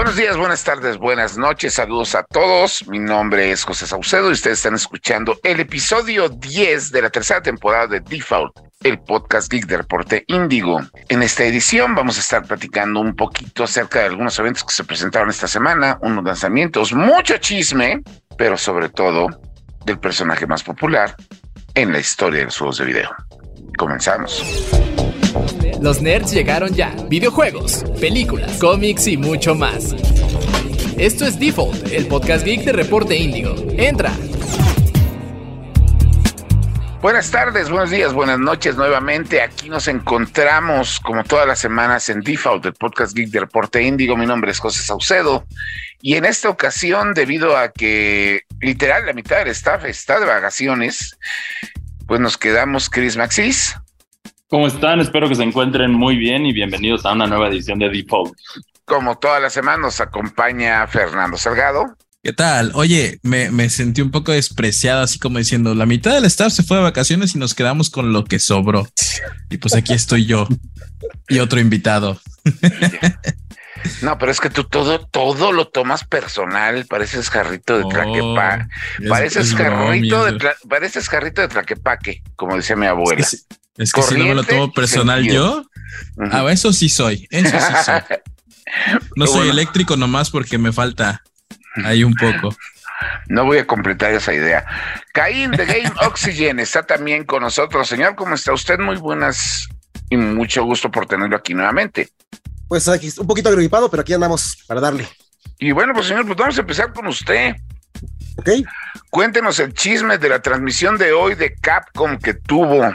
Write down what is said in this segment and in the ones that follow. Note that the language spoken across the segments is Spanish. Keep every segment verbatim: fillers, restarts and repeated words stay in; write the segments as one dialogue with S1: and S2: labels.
S1: Buenos días, buenas tardes, buenas noches, saludos a todos. Mi nombre es José Saucedo y ustedes están escuchando el episodio diez de la tercera temporada de Default, el podcast geek de Reporte Índigo. En esta edición vamos a estar platicando un poquito acerca de algunos eventos que se presentaron esta semana, unos lanzamientos, mucho chisme, pero sobre todo del personaje más popular en la historia de los juegos de video. Comenzamos.
S2: Los nerds llegaron ya. Videojuegos, películas, cómics y mucho más. Esto es Default, el podcast geek de Reporte Índigo. Entra.
S1: Buenas tardes, buenos días, buenas noches nuevamente. Aquí nos encontramos como todas las semanas en Default, el podcast geek de Reporte Índigo. Mi nombre es José Saucedo y en esta ocasión, debido a que literal la mitad del staff está de vacaciones, pues nos quedamos Chris Maxis.
S3: ¿Cómo están? Espero que se encuentren muy bien y bienvenidos a una nueva edición de Default.
S1: Como toda la semana nos acompaña Fernando Salgado.
S4: ¿Qué tal? Oye, me, me sentí un poco despreciado, así como diciendo, la mitad del staff se fue de vacaciones y nos quedamos con lo que sobró. Y pues aquí estoy yo y otro invitado.
S1: No, pero es que tú todo, todo lo tomas personal, pareces jarrito de Tlaquepaque. Oh, pareces, jarrito de tla, pareces jarrito de Tlaquepaque, como decía mi abuela.
S4: Es que, es que si no me lo tomo personal yo, uh-huh. ah, eso sí soy, eso sí soy. No soy bueno. eléctrico nomás porque me falta ahí un poco.
S1: No voy a completar esa idea. Caín de Game Oxygen está también con nosotros. Señor, ¿cómo está usted? Muy buenas y mucho gusto por tenerlo aquí nuevamente.
S5: Pues aquí un poquito agripado, pero aquí andamos para darle.
S1: Y bueno, pues señor, pues vamos a empezar con usted.
S5: Ok.
S1: Cuéntenos el chisme de la transmisión de hoy de Capcom que tuvo.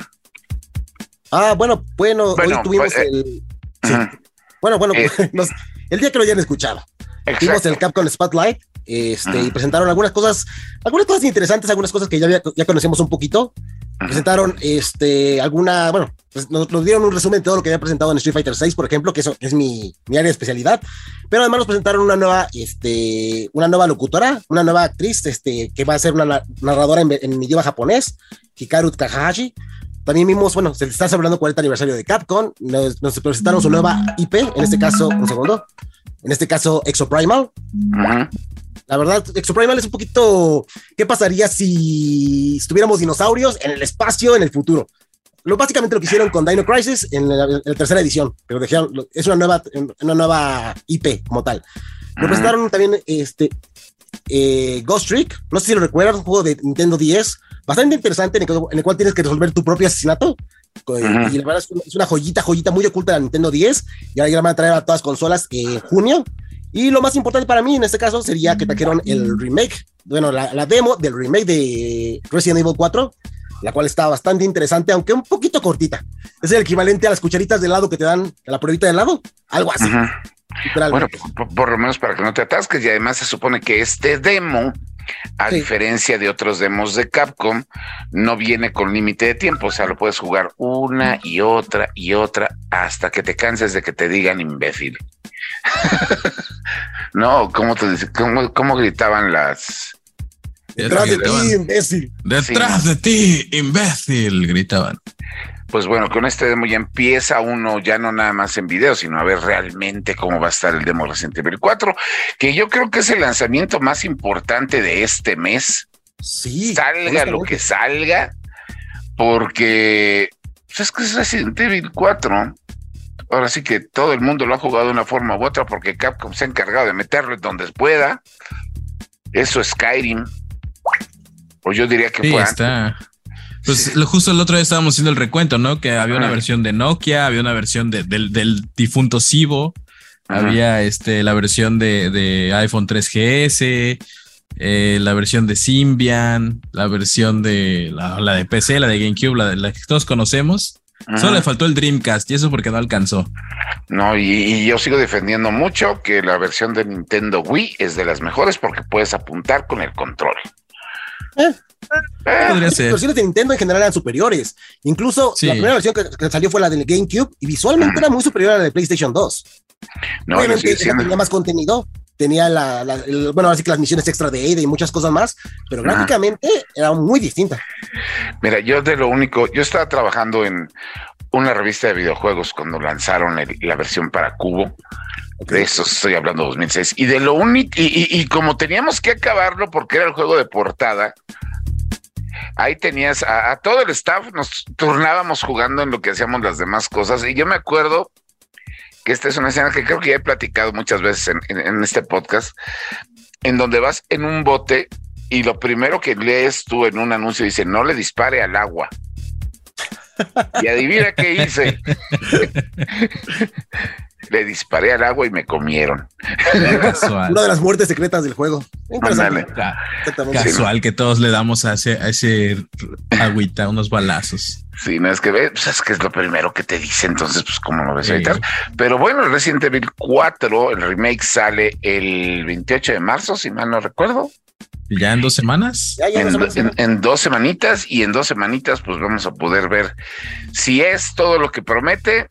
S5: Ah, bueno, bueno,
S1: bueno
S5: hoy tuvimos
S1: pues, eh,
S5: el... Sí. Uh-huh. Bueno, bueno, eh. nos, el día que lo hayan escuchado. Exacto. Tuvimos el Capcom Spotlight este, uh-huh. y presentaron algunas cosas, algunas cosas interesantes, algunas cosas que ya, había, ya conocemos un poquito. Uh-huh. Presentaron este, alguna, bueno, pues nos, nos dieron un resumen de todo lo que habían presentado en Street Fighter seis, por ejemplo, que eso es mi, mi área de especialidad. Pero además nos presentaron una nueva, este, una nueva locutora, una nueva actriz este, que va a ser una narradora en, en idioma japonés, Hikaru Takahashi. También vimos, bueno, se está celebrando el cuarenta aniversario de Capcom, nos, nos presentaron su nueva I P, en este caso, un segundo, en este caso Exoprimal. Uh-huh. La verdad, Exoprimal es un poquito, ¿qué pasaría si estuviéramos dinosaurios en el espacio en el futuro? Lo, básicamente lo que hicieron con Dino Crisis en la, en la tercera edición, pero dejaron, es una nueva, una nueva I P como tal. Uh-huh. Lo presentaron también este, eh, Ghost Trick, no sé si lo recuerdan, un juego de Nintendo diez, bastante interesante, en el, en el cual tienes que resolver tu propio asesinato. Uh-huh. Y la verdad es, es una joyita, joyita muy oculta de la Nintendo diez. Y ahora ya la van a traer a todas las consolas en junio. Y lo más importante para mí en este caso sería que trajeron el remake, bueno, la, la demo del remake de Resident Evil cuatro, la cual está bastante interesante, aunque un poquito cortita. Es el equivalente a las cucharitas de helado que te dan a la pruebita de helado, algo así. Uh-huh.
S1: Bueno, por, por lo menos para que no te atasques. Y además se supone que este demo, a sí. diferencia de otros demos de Capcom, no viene con límite de tiempo, o sea, lo puedes jugar una y otra y otra hasta que te canses de que te digan imbécil. No, ¿cómo te dice? ¿Cómo, cómo gritaban las?
S5: Detrás de ti, imbécil.
S4: Detrás sí. de ti, imbécil, gritaban.
S1: Pues bueno, con este demo ya empieza uno, ya no nada más en video, sino a ver realmente cómo va a estar el demo Resident Evil cuatro, que yo creo que es el lanzamiento más importante de este mes.
S5: Sí.
S1: Salga lo que salga, porque pues es que es Resident Evil cuatro. Ahora sí que todo el mundo lo ha jugado de una forma u otra, porque Capcom se ha encargado de meterlo donde pueda. Eso es Skyrim. O yo diría que
S4: sí,
S1: fue
S4: está.
S1: antes.
S4: Pues sí. Justo el otro día estábamos haciendo el recuento, ¿no? Que había una uh-huh. versión de Nokia, había una versión de, del, del difunto Cibo, uh-huh. había este, la versión de, de iPhone tres G S, eh, la versión de Symbian, la versión de la, la de P C, la de GameCube, la, de, la que todos conocemos. Uh-huh. Solo le faltó el Dreamcast y eso porque no alcanzó.
S1: No, y, y yo sigo defendiendo mucho que la versión de Nintendo Wii es de las mejores porque puedes apuntar con el control.
S5: Eh.
S1: Eh.
S5: Podría ser. Las versiones de Nintendo en general eran superiores. Incluso sí. la primera versión que, que salió fue la del GameCube y visualmente uh-huh. era muy superior a la de PlayStation dos. No, obviamente esa tenía más contenido, tenía la, la el, bueno, así que las misiones extra de Ada y muchas cosas más, pero uh-huh. gráficamente era muy distinta.
S1: Mira, yo de lo único, yo estaba trabajando en una revista de videojuegos cuando lanzaron el, la versión para Cubo Okay. De eso estoy hablando, dos mil seis. Y de lo único, y, y, y como teníamos que acabarlo porque era el juego de portada, ahí tenías a, a todo el staff, nos turnábamos jugando en lo que hacíamos las demás cosas. Y yo me acuerdo que esta es una escena que creo que ya he platicado muchas veces en, en, en este podcast, en donde vas en un bote y lo primero que lees tú en un anuncio dice, no le dispare al agua. Y adivina qué hice. Le disparé al agua y me comieron.
S5: Casual. Una de las muertes secretas del juego.
S4: Casual, Casual que todos le damos a ese, a ese agüita, unos balazos.
S1: Sí, no es que ves, pues es que es lo primero que te dice, entonces, pues, ¿cómo lo ves evitar? Sí. Pero bueno, el Resident Evil cuatro, el remake sale el veintiocho de marzo, si mal no recuerdo.
S4: ¿Ya en dos semanas?
S1: Ya, ya en, dos en, en dos semanitas, y en dos semanitas, pues vamos a poder ver si es todo lo que promete,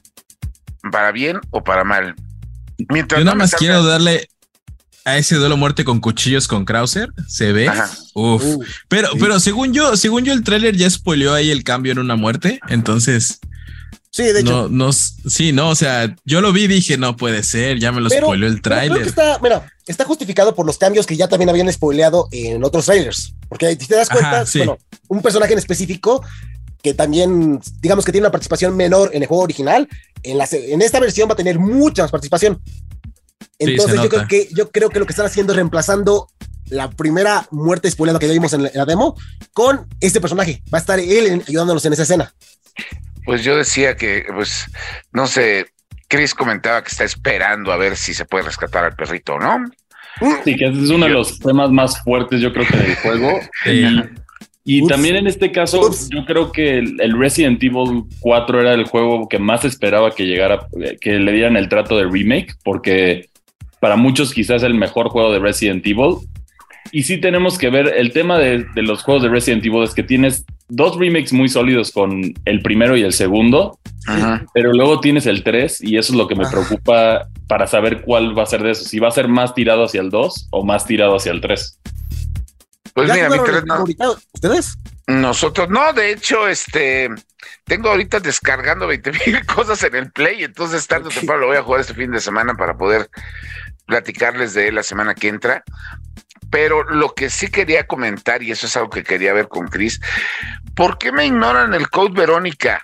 S1: para bien o para mal.
S4: Mientras Yo nada no más salga... quiero darle a ese duelo muerte con cuchillos con Krauser, se ve. Ajá. Uf. Uh, pero, sí. pero según yo, según yo, el tráiler ya spoileó ahí el cambio en una muerte. Entonces,
S5: sí, de hecho.
S4: No, no, sí, no, o sea, yo lo vi y dije, no puede ser, ya me lo pero, spoileó el tráiler.
S5: Creo que está, mira, está justificado por los cambios que ya también habían spoileado en otros trailers. Porque si te das cuenta, Ajá, sí. bueno, un personaje en específico que también, digamos que tiene una participación menor en el juego original, en, la, en esta versión va a tener mucha más participación. Entonces sí, yo, creo que, yo creo que lo que están haciendo es reemplazando la primera muerte spoileada que ya vimos en la, en la demo con este personaje. Va a estar él en, ayudándonos en esa escena.
S1: Pues yo decía que, pues, no sé, Chris comentaba que está esperando a ver si se puede rescatar al perrito, ¿no?
S3: Sí, que ese es uno yo, de los temas más fuertes, yo creo que del juego. Sí. Y Ups. también en este caso, Ups. yo creo que el, el Resident Evil cuatro era el juego que más esperaba que llegara, que le dieran el trato de remake, porque para muchos quizás es el mejor juego de Resident Evil. Y sí tenemos que ver, el tema de, de los juegos de Resident Evil es que tienes dos remakes muy sólidos con el primero y el segundo, Ajá. pero luego tienes el tres y eso es lo que me Ajá. preocupa para saber cuál va a ser de eso, si va a ser más tirado hacia el dos o más tirado hacia el tres.
S1: Pues mira, mi tres no.
S5: ¿Ustedes?
S1: Nosotros no, de hecho, este tengo ahorita descargando veinte mil cosas en el Play, entonces tarde o temprano lo voy a jugar este fin de semana para poder platicarles de él la semana que entra. Pero lo que sí quería comentar, y eso es algo que quería ver con Chris, ¿por qué me ignoran el Code Verónica?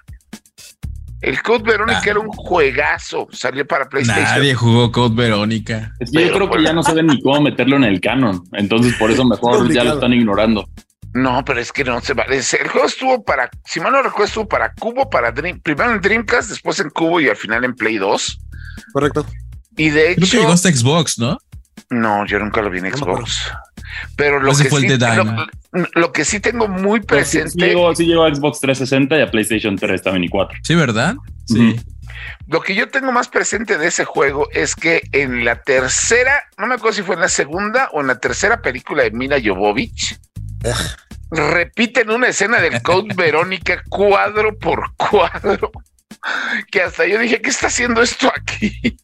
S1: El Code Verónica ah. era un juegazo, salió para PlayStation.
S4: Nadie jugó Code Verónica.
S3: Es que yo creo que ya no saben ni cómo meterlo en el canon, entonces por eso mejor ya lo están ignorando.
S1: No, pero es que no se vale. El juego estuvo para, si mal no recuerdo, estuvo para Cubo, para Dream, primero en Dreamcast, después en Cubo y al final en Play dos.
S5: Correcto.
S1: Y de hecho...
S4: Creo que llegó hasta Xbox, ¿no?
S1: No, yo nunca lo vi en Xbox. Pero lo que, sí, lo, lo que sí tengo muy presente... Sí, sí,
S3: llegó, sí llegó a Xbox trescientos sesenta y a PlayStation tres también y cuatro.
S4: Sí, ¿verdad? Sí.
S1: Uh-huh. Lo que yo tengo más presente de ese juego es que en la tercera, no me acuerdo si fue en la segunda o en la tercera película de Mila Jovovich, repiten una escena del Code Verónica cuadro por cuadro, que hasta yo dije, ¿qué está haciendo esto aquí?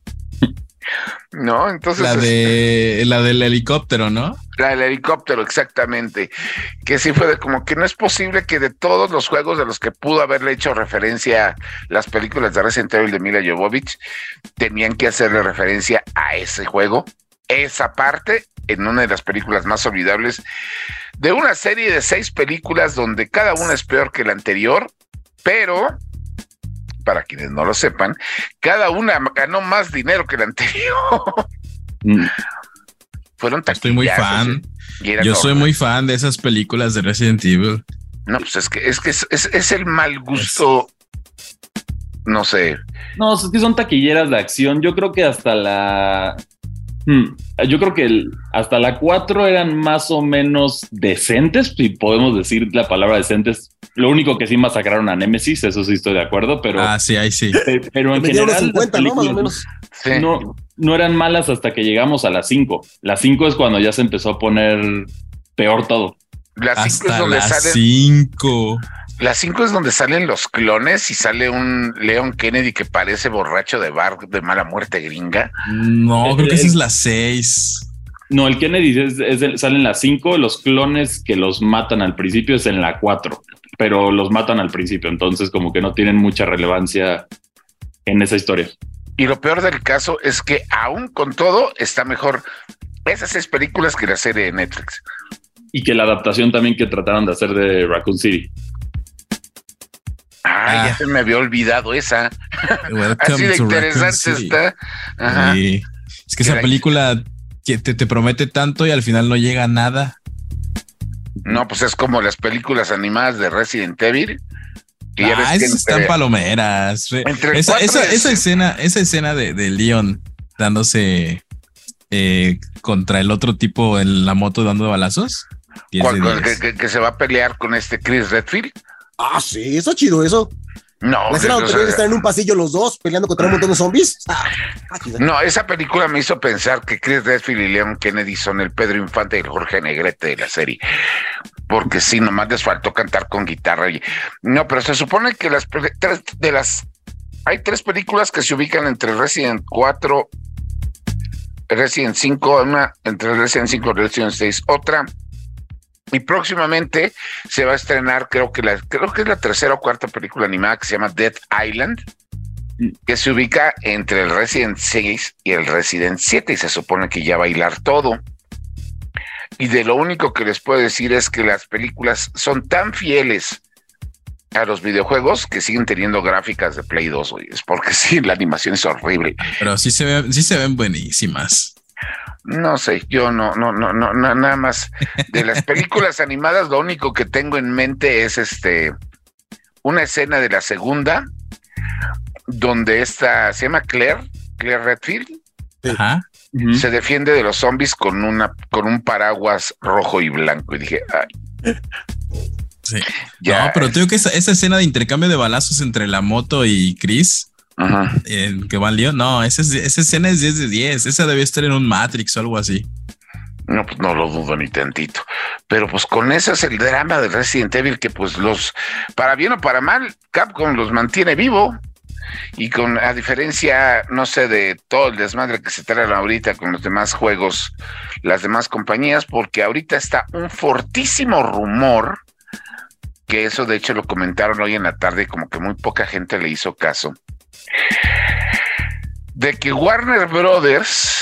S1: No, entonces
S4: la de este, la del helicóptero, ¿no?
S1: La del helicóptero, exactamente. Que sí fue de como que no es posible que de todos los juegos de los que pudo haberle hecho referencia las películas de Resident Evil de Mila Jovovich, tenían que hacerle referencia a ese juego, esa parte, en una de las películas más olvidables de una serie de seis películas donde cada una es peor que la anterior, pero para quienes no lo sepan, cada una ganó más dinero que la anterior.
S4: Mm. Fueron Estoy muy fan. Yo enorme. soy muy fan de esas películas de Resident Evil.
S1: No, pues es que es que es, es, es el mal gusto. Es... No sé.
S3: No, es que son taquilleras de acción. Yo creo que hasta la... Hmm. Yo creo que el, hasta la cuatro eran más o menos decentes, si podemos decir la palabra decentes. Lo único que sí masacraron a Nemesis, eso sí estoy de acuerdo, pero...
S4: Ah, sí, ahí sí.
S3: Pero en general cincuenta, ¿no? Más o menos. Sí. No, no eran malas hasta que llegamos a la cinco. La cinco es cuando ya se empezó a poner peor todo.
S1: La cinco es donde
S4: la
S1: salen...
S4: cinco.
S1: La cinco es donde salen los clones y sale un Leon Kennedy que parece borracho de bar de mala muerte gringa.
S4: No, eh, creo que esa es la seis.
S3: No, el Kennedy es, es el, sale en la cinco, los clones que los matan al principio es en la cuatro, pero los matan al principio, entonces como que no tienen mucha relevancia en esa historia.
S1: Y lo peor del caso es que aún con todo está mejor esas seis películas que la serie de Netflix.
S3: Y que la adaptación también que trataron de hacer de Raccoon City.
S1: Ah, ah. ya se me había olvidado esa. Así de interesante está. Ajá.
S4: Sí. Es que esa película que te, te promete tanto y al final no llega a nada.
S1: No, pues es como las películas animadas de Resident Evil.
S4: Que ya ah, ves esas están palomeras. Esa, esa, esa escena, esa escena de, de Leon dándose eh, contra el otro tipo en la moto dando balazos.
S1: ¿Cuál, que, que, que se va a pelear con este Chris Redfield?
S5: Ah, sí, eso es chido, eso.
S1: No,
S5: la escena donde están en un pasillo los dos peleando contra un montón de zombies. Ah,
S1: no, esa película me hizo pensar que Chris Redfield y Leon Kennedy son el Pedro Infante y el Jorge Negrete de la serie. Porque sí, nomás les faltó cantar con guitarra. No, pero se supone que las tres de las hay tres películas que se ubican entre Resident cuatro, Resident cinco, una entre Resident cinco y Resident seis, otra. Y próximamente se va a estrenar, creo que la, creo que es la tercera o cuarta película animada que se llama Death Island, que se ubica entre el Resident seis y el Resident siete, y se supone que ya va a hilar todo. Y de lo único que les puedo decir es que las películas son tan fieles a los videojuegos que siguen teniendo gráficas de Play dos, oye, es porque sí, la animación es horrible.
S4: Pero sí se ven, sí se ven buenísimas.
S1: No sé, yo no, no, no, no, no, nada más de las películas animadas, lo único que tengo en mente es este una escena de la segunda donde esta se llama Claire, Claire Redfield.
S4: Ajá.
S1: Uh-huh. Se defiende de los zombies con una con un paraguas rojo y blanco y dije, ay.
S4: Sí. Ya no, pero es... tengo que esa, esa escena de intercambio de balazos entre la moto y Chris.
S1: Ajá.
S4: Eh, que van lío. No, esa, esa escena es diez de diez. Esa debe estar en un Matrix o algo así.
S1: No, pues no lo dudo ni tantito. Pero pues con eso es el drama de Resident Evil, que pues los, para bien o para mal, Capcom los mantiene vivo. Y con, a diferencia, no sé, de todo el desmadre que se trae ahorita con los demás juegos, las demás compañías, porque ahorita está un fortísimo rumor, que eso de hecho lo comentaron hoy en la tarde, como que muy poca gente le hizo caso, de que Warner Brothers,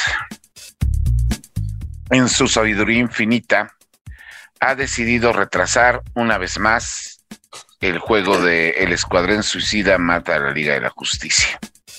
S1: en su sabiduría infinita, ha decidido retrasar una vez más el juego de El Escuadrón Suicida mata a la Liga de la Justicia.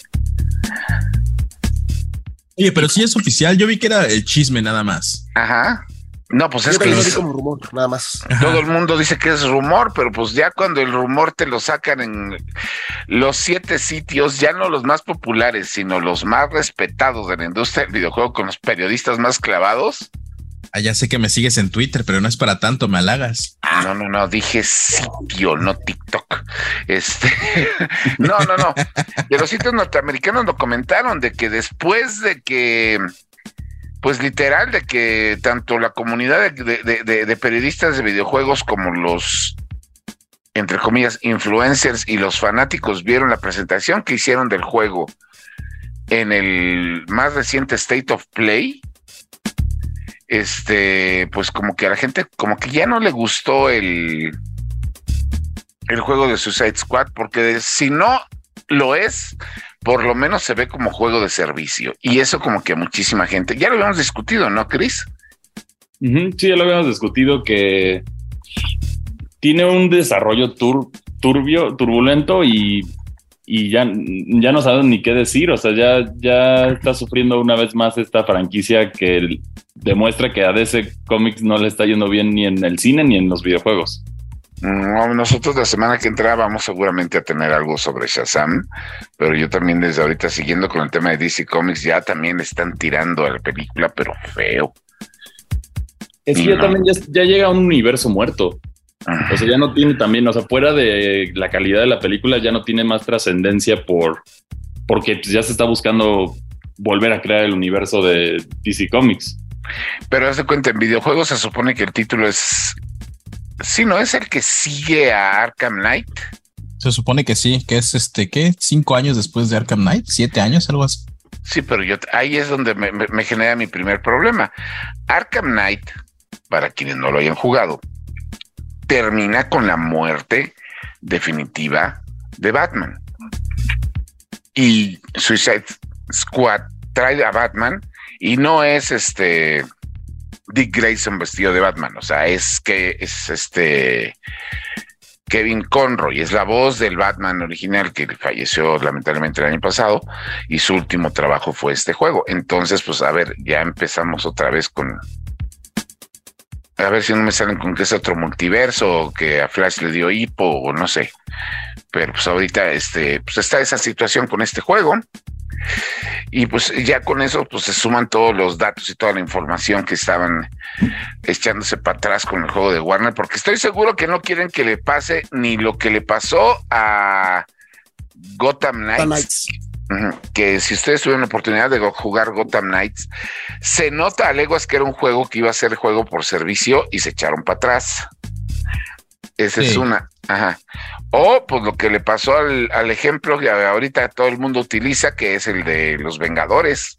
S4: Oye, pero sí es oficial. Yo vi que era el chisme nada más.
S1: Ajá. No, pues es
S5: Yo
S1: que
S5: lo
S1: los,
S5: vi como rumor, nada más.
S1: Todo el mundo dice que es rumor, pero pues ya cuando el rumor te lo sacan en los siete sitios, ya no los más populares, sino los más respetados de la industria del videojuego, con los periodistas más clavados.
S4: Ah, ya sé que me sigues en Twitter, pero no es para tanto, me halagas.
S1: No, no, no, dije sitio, no TikTok. Este, no, no, no. De los sitios norteamericanos lo comentaron, de que después de que, pues literal, de que tanto la comunidad de, de, de, de periodistas de videojuegos como los, entre comillas, influencers y los fanáticos vieron la presentación que hicieron del juego en el más reciente State of Play, este, pues como que a la gente, como que ya no le gustó el, el juego de Suicide Squad, porque si no lo es, por lo menos se ve como juego de servicio, y eso como que a muchísima gente, ya lo habíamos discutido, ¿no, Chris?
S3: Uh-huh, sí, ya lo habíamos discutido, que tiene un desarrollo tur, turbio, turbulento, y, y ya, ya no saben ni qué decir, o sea, ya, ya está sufriendo una vez más esta franquicia que el, demuestra que a D C Comics no le está yendo bien ni en el cine ni en los videojuegos.
S1: No, nosotros la semana que entra vamos seguramente a tener algo sobre Shazam, pero yo también desde ahorita, siguiendo con el tema de D C Comics, ya también le están tirando a la película, pero feo.
S3: Es que ya no. también ya, ya llega a un universo muerto. O sea, ya no tiene también, o sea, fuera de la calidad de la película, ya no tiene más trascendencia por porque pues, ya se está buscando volver a crear el universo de D C Comics.
S1: Pero haz de cuenta, en videojuegos se supone que el título es... Sí, ¿no es el que sigue a Arkham Knight?
S4: Se supone que sí, que es este, ¿qué? ¿Cinco años después de Arkham Knight? ¿Siete años? Algo así.
S1: Sí, pero yo ahí es donde me, me, me genera mi primer problema. Arkham Knight, para quienes no lo hayan jugado, termina con la muerte definitiva de Batman. y Suicide Squad trae a Batman y no es este Dick Grayson vestido de Batman, o sea, es que es este Kevin Conroy, es la voz del Batman original que falleció lamentablemente el año pasado y su último trabajo fue este juego. Entonces, pues a ver, ya empezamos otra vez con... A ver si no me salen con que es otro multiverso o que a Flash le dio hipo o no sé. Pero pues ahorita este, pues está esa situación con este juego. Y pues ya con eso pues se suman todos los datos y toda la información que estaban echándose para atrás con el juego de Warner, porque estoy seguro que no quieren que le pase ni lo que le pasó a Gotham Knights, Knights. Uh-huh. Que si ustedes tuvieron la oportunidad de jugar Gotham Knights, se nota a leguas que era un juego que iba a ser juego por servicio y se echaron para atrás. Esa sí. es una. Ajá. O pues lo que le pasó al, al ejemplo que ahorita todo el mundo utiliza, que es el de los Vengadores.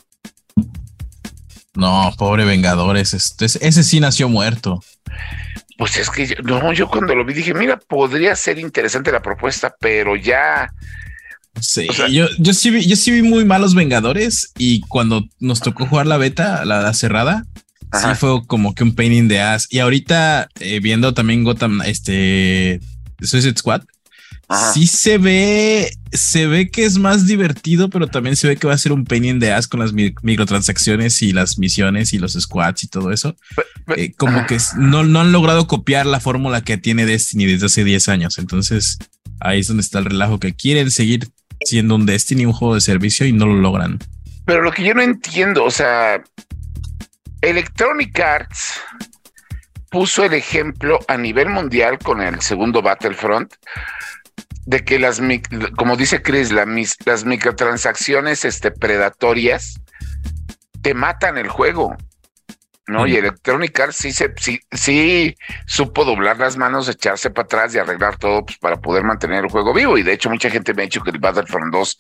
S4: No, pobre Vengadores, este, ese sí nació muerto.
S1: Pues es que yo, no, yo cuando lo vi dije, mira, podría ser interesante la propuesta, pero ya...
S4: Sí, o sea, yo, yo, sí vi, yo sí vi muy malos Vengadores y cuando nos tocó jugar la beta, la, la cerrada, ajá. sí fue como que un pain in the ass. Y ahorita eh, viendo también Gotham, este... Suicide Squad, ajá. sí se ve, se ve que es más divertido, pero también se ve que va a ser un pain in the ass con las mi- microtransacciones y las misiones y los squads y todo eso. But, but, eh, como ajá. que no, no han logrado copiar la fórmula que tiene Destiny desde hace diez años. Entonces ahí es donde está el relajo, que quieren seguir siendo un Destiny, un juego de servicio y no lo logran.
S1: Pero lo que yo no entiendo, o sea, Electronic Arts puso el ejemplo a nivel mundial con el segundo Battlefront de que las, como dice Chris, la, las microtransacciones este, predatorias te matan el juego, ¿no? Mm. Y Electronic Arts sí, se, sí, sí supo doblar las manos, echarse para atrás y arreglar todo pues, para poder mantener el juego vivo. Y de hecho mucha gente me ha dicho que el Battlefront dos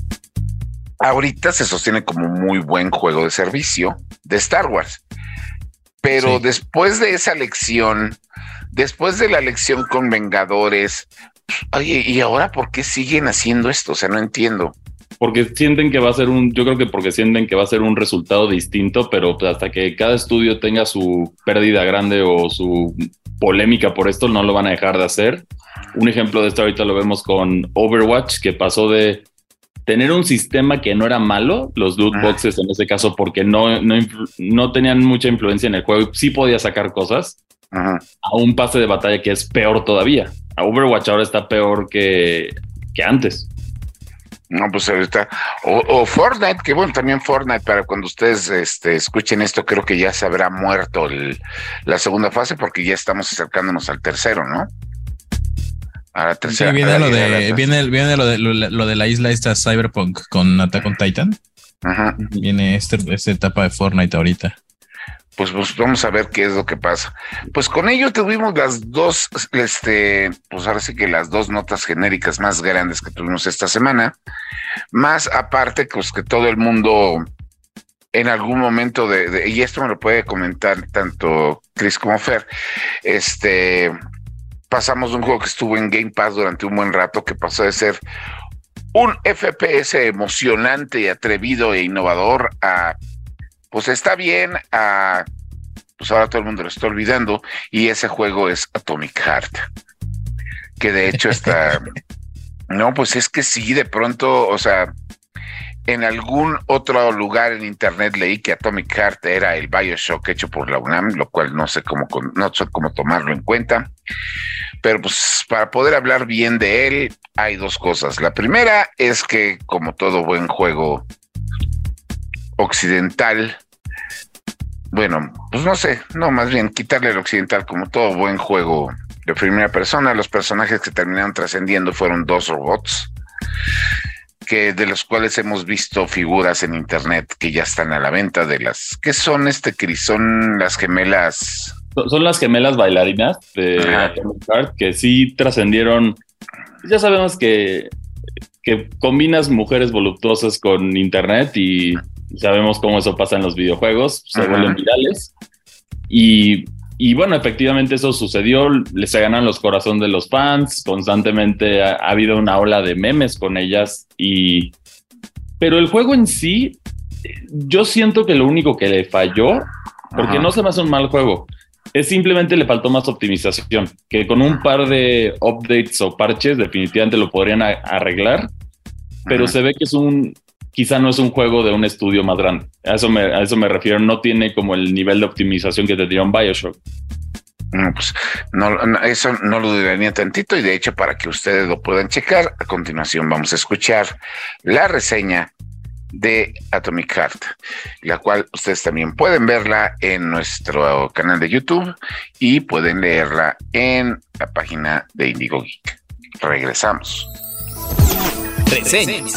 S1: ahorita se sostiene como un muy buen juego de servicio de Star Wars. Pero sí. después de esa lección, después de la lección con Vengadores, oye, ¿y ahora por qué siguen haciendo esto? O sea, no entiendo.
S3: Porque sienten que va a ser un, yo creo que porque sienten que va a ser un resultado distinto, pero hasta que cada estudio tenga su pérdida grande o su polémica por esto, no lo van a dejar de hacer. Un ejemplo de esto ahorita lo vemos con Overwatch, que pasó de tener un sistema que no era malo, los loot boxes en ese caso, porque no, no, no tenían mucha influencia en el juego, sí podía sacar cosas, ajá. a un pase de batalla que es peor todavía. A Overwatch ahora está peor que, que antes.
S1: No, pues ahorita, o, o Fortnite, que bueno, también Fortnite, para cuando ustedes este, escuchen esto, creo que ya se habrá muerto el, la segunda fase, porque ya estamos acercándonos al tercero, ¿no? A la tercera.
S4: Sí, viene lo de, viene, viene lo de lo, lo de la isla esta Cyberpunk con Attack on Titan. Ajá. Viene este, esta etapa de Fortnite ahorita.
S1: Pues, pues vamos a ver qué es lo que pasa. Pues con ello tuvimos las dos, este, pues ahora sí que las dos notas genéricas más grandes que tuvimos esta semana. Más aparte, pues que todo el mundo en algún momento de, de y esto me lo puede comentar tanto Chris como Fer, este, pasamos de un juego que estuvo en Game Pass durante un buen rato, que pasó de ser un F P S emocionante y atrevido e innovador a, pues está bien, a, pues ahora todo el mundo lo está olvidando, y ese juego es Atomic Heart, que de hecho está, no, pues es que sí, de pronto, o sea, en algún otro lugar en internet leí que Atomic Heart era el BioShock hecho por la UNAM, lo cual no sé cómo, no sé cómo tomarlo en cuenta. Pero pues para poder hablar bien de él hay dos cosas. La primera es que, como todo buen juego occidental, bueno, pues no sé, no, más bien quitarle el occidental, como todo buen juego de primera persona, los personajes que terminaron trascendiendo fueron dos robots, que de los cuales hemos visto figuras en internet que ya están a la venta, de las que son este Chris, son las gemelas.
S3: Son las gemelas bailarinas de Atomic Heart, que sí trascendieron. Ya sabemos que, que combinas mujeres voluptuosas con internet y sabemos cómo eso pasa en los videojuegos, se Ajá. vuelven virales. Y, y bueno, efectivamente eso sucedió, les se ganan los corazones de los fans, constantemente ha, ha habido una ola de memes con ellas y, pero el juego en sí, yo siento que lo único que le falló, porque Ajá. no se me hace un mal juego, es simplemente le faltó más optimización, que con un par de updates o parches definitivamente lo podrían a- arreglar, pero Ajá. se ve que es un, quizá no es un juego de un estudio más grande. A eso me, a eso me refiero, no tiene como el nivel de optimización que tendría un BioShock.
S1: No, pues no, no, eso no lo dudaría tantito, y de hecho para que ustedes lo puedan checar, a continuación vamos a escuchar la reseña de Atomic Heart, la cual ustedes también pueden verla en nuestro canal de YouTube y pueden leerla en la página de Indigo Geek. Regresamos.
S2: Reseñas.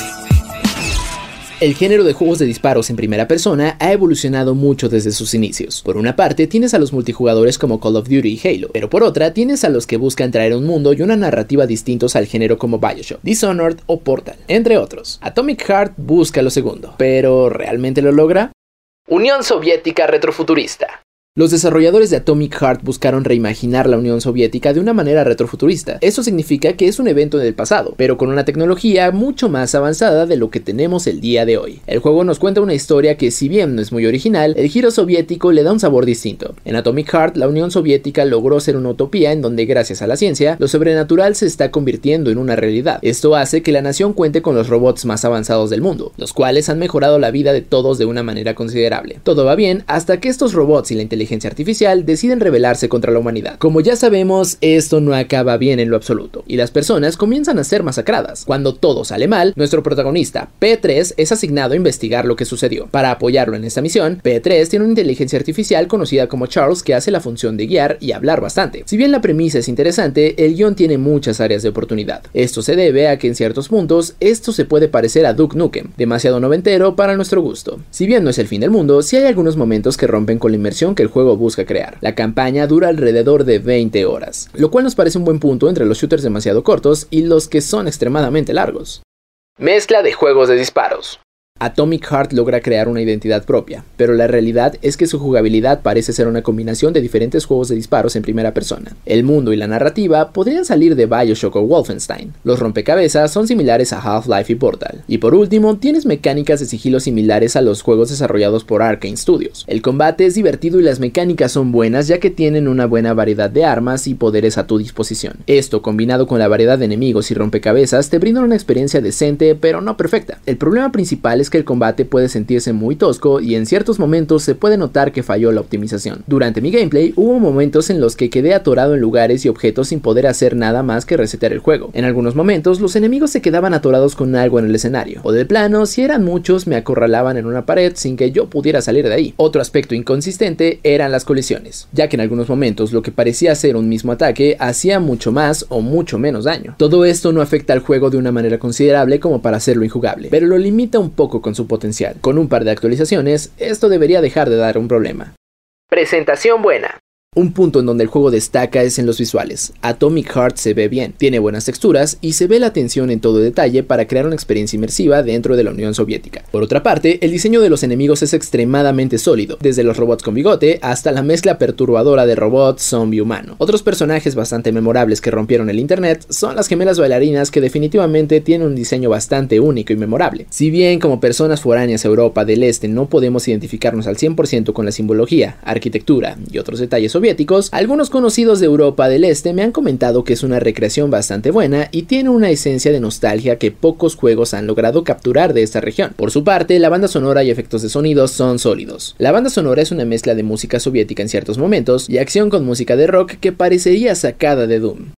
S2: El género de juegos de disparos en primera persona ha evolucionado mucho desde sus inicios. Por una parte tienes a los multijugadores como Call of Duty y Halo, pero por otra tienes a los que buscan traer un mundo y una narrativa distintos al género como BioShock, Dishonored o Portal, entre otros. Atomic Heart busca lo segundo, pero ¿realmente lo logra? Unión Soviética retrofuturista. Los desarrolladores de Atomic Heart buscaron reimaginar la Unión Soviética de una manera retrofuturista. Eso significa que es un evento del pasado, pero con una tecnología mucho más avanzada de lo que tenemos el día de hoy. El juego nos cuenta una historia que, si bien no es muy original, el giro soviético le da un sabor distinto. En Atomic Heart, la Unión Soviética logró ser una utopía en donde, gracias a la ciencia, lo sobrenatural se está convirtiendo en una realidad. Esto hace que la nación cuente con los robots más avanzados del mundo, los cuales han mejorado la vida de todos de una manera considerable. Todo va bien hasta que estos robots y la inteligencia artificial deciden rebelarse contra la humanidad. Como ya sabemos, esto no acaba bien en lo absoluto, y las personas comienzan a ser masacradas. Cuando todo sale mal, nuestro protagonista, P tres, es asignado a investigar lo que sucedió. Para apoyarlo en esta misión, P tres tiene una inteligencia artificial conocida como Charles que hace la función de guiar y hablar bastante. Si bien la premisa es interesante, el guión tiene muchas áreas de oportunidad. Esto se debe a que en ciertos puntos, esto se puede parecer a Duke Nukem, demasiado noventero para nuestro gusto. Si bien no es el fin del mundo, sí hay algunos momentos que rompen con la inmersión que el juego busca crear. La campaña dura alrededor de veinte horas, lo cual nos parece un buen punto entre los shooters demasiado cortos y los que son extremadamente largos. Mezcla de juegos de disparos. Atomic Heart logra crear una identidad propia, pero la realidad es que su jugabilidad parece ser una combinación de diferentes juegos de disparos en primera persona. El mundo y la narrativa podrían salir de BioShock o Wolfenstein. Los rompecabezas son similares a Half-Life y Portal. Y por último, tienes mecánicas de sigilo similares a los juegos desarrollados por Arkane Studios. El combate es divertido y las mecánicas son buenas, ya que tienen una buena variedad de armas y poderes a tu disposición. Esto, combinado con la variedad de enemigos y rompecabezas, te brinda una experiencia decente, pero no perfecta. El problema principal es que el combate puede sentirse muy tosco y en ciertos momentos se puede notar que falló la optimización. Durante mi gameplay hubo momentos en los que quedé atorado en lugares y objetos sin poder hacer nada más que resetear el juego. En algunos momentos los enemigos se quedaban atorados con algo en el escenario, o de plano, si eran muchos, me acorralaban en una pared sin que yo pudiera salir de ahí. Otro aspecto inconsistente eran las colisiones, ya que en algunos momentos lo que parecía ser un mismo ataque hacía mucho más o mucho menos daño. Todo esto no afecta al juego de una manera considerable como para hacerlo injugable, pero lo limita un poco con su potencial. Con un par de actualizaciones, esto debería dejar de dar un problema. Presentación buena. Un punto en donde el juego destaca es en los visuales. Atomic Heart se ve bien, tiene buenas texturas y se ve la atención en todo detalle para crear una experiencia inmersiva dentro de la Unión Soviética. Por otra parte, el diseño de los enemigos es extremadamente sólido, desde los robots con bigote hasta la mezcla perturbadora de robot zombie humano. Otros personajes bastante memorables que rompieron el internet son las gemelas bailarinas, que definitivamente tienen un diseño bastante único y memorable. Si bien como personas foráneas a Europa del Este no podemos identificarnos al cien por ciento con la simbología, arquitectura y otros detalles soviéticos, algunos conocidos de Europa del Este me han comentado que es una recreación bastante buena y tiene una esencia de nostalgia que pocos juegos han logrado capturar de esta región. Por su parte, la banda sonora y efectos de sonido son sólidos. La banda sonora es una mezcla de música soviética en ciertos momentos y acción con música de rock que parecería sacada de Doom.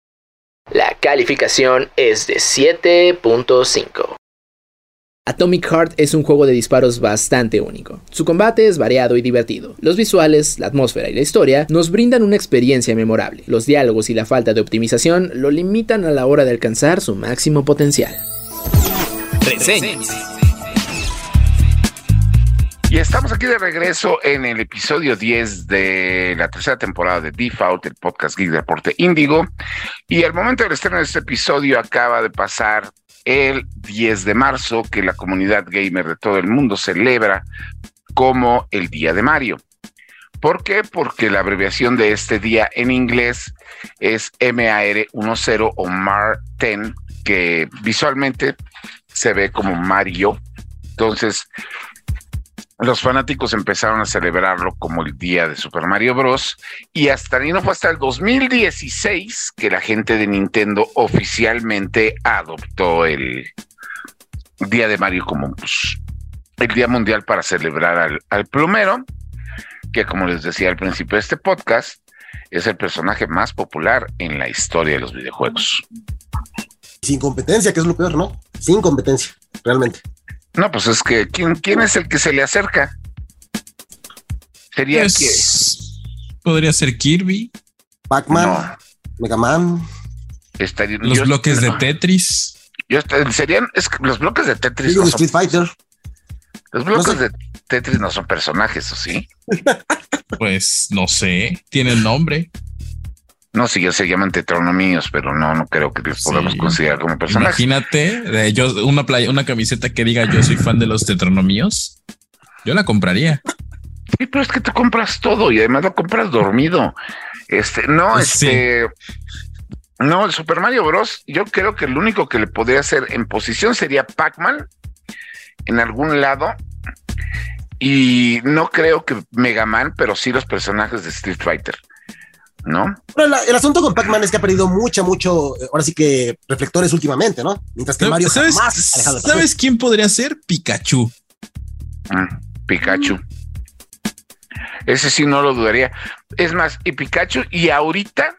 S2: La calificación es de siete punto cinco. Atomic Heart es un juego de disparos bastante único. Su combate es variado y divertido. Los visuales, la atmósfera y la historia nos brindan una experiencia memorable. Los diálogos y la falta de optimización lo limitan a la hora de alcanzar su máximo potencial. Reseñas.
S1: Y estamos aquí de regreso en el episodio diez de la tercera temporada de Default, el podcast Geek de Reporte Índigo. Y al momento del estreno de este episodio acaba de pasar el diez de marzo, que la comunidad gamer de todo el mundo celebra como el Día de Mario. ¿Por qué? Porque la abreviación de este día en inglés es M A R diez o M A R diez, que visualmente se ve como Mario, Entonces, los fanáticos empezaron a celebrarlo como el día de Super Mario Bros. Y hasta ahí no fue hasta el dos mil dieciséis que la gente de Nintendo oficialmente adoptó el Día de Mario como pues, el Día Mundial para celebrar al, al plomero, que como les decía al principio de este podcast, es el personaje más popular en la historia de los videojuegos.
S5: Sin competencia, que es lo peor, ¿no? Sin competencia, realmente.
S1: No, pues es que ¿quién, quién es el que se le acerca? Sería
S4: pues,
S1: que
S4: podría ser Kirby,
S5: Pac-Man, no. Mega Man,
S1: estaría,
S4: los
S1: yo,
S4: bloques
S1: no,
S4: de Tetris.
S1: Yo serían es que los bloques de Tetris.
S5: No Street son, Fighter.
S1: Los bloques no sé. de Tetris no son personajes, ¿o sí?
S4: Pues no sé, tienen nombre.
S1: No, sí, ya se llaman tetronomíos, pero no, no creo que los podamos sí. considerar como personajes.
S4: Imagínate, de yo, una playa, una camiseta que diga yo soy fan de los tetronomíos. Yo la compraría.
S1: Sí, pero es que tú compras todo y además lo compras dormido. Este, no,
S4: sí.
S1: este, no, el Super Mario Bros. Yo creo que el único que le podría hacer en posición sería Pac-Man en algún lado. Y no creo que Mega Man, pero sí los personajes de Street Fighter. ¿No?
S5: Pero la, el asunto con Pac-Man es que ha perdido mucho, mucho, ahora sí que reflectores últimamente, ¿no? Mientras que Mario
S4: ¿Sabes,
S5: jamás alejado de
S4: ¿Sabes quién podría ser? Pikachu.
S1: Mm, Pikachu. Mm. Ese sí no lo dudaría. Es más, y Pikachu, y ahorita,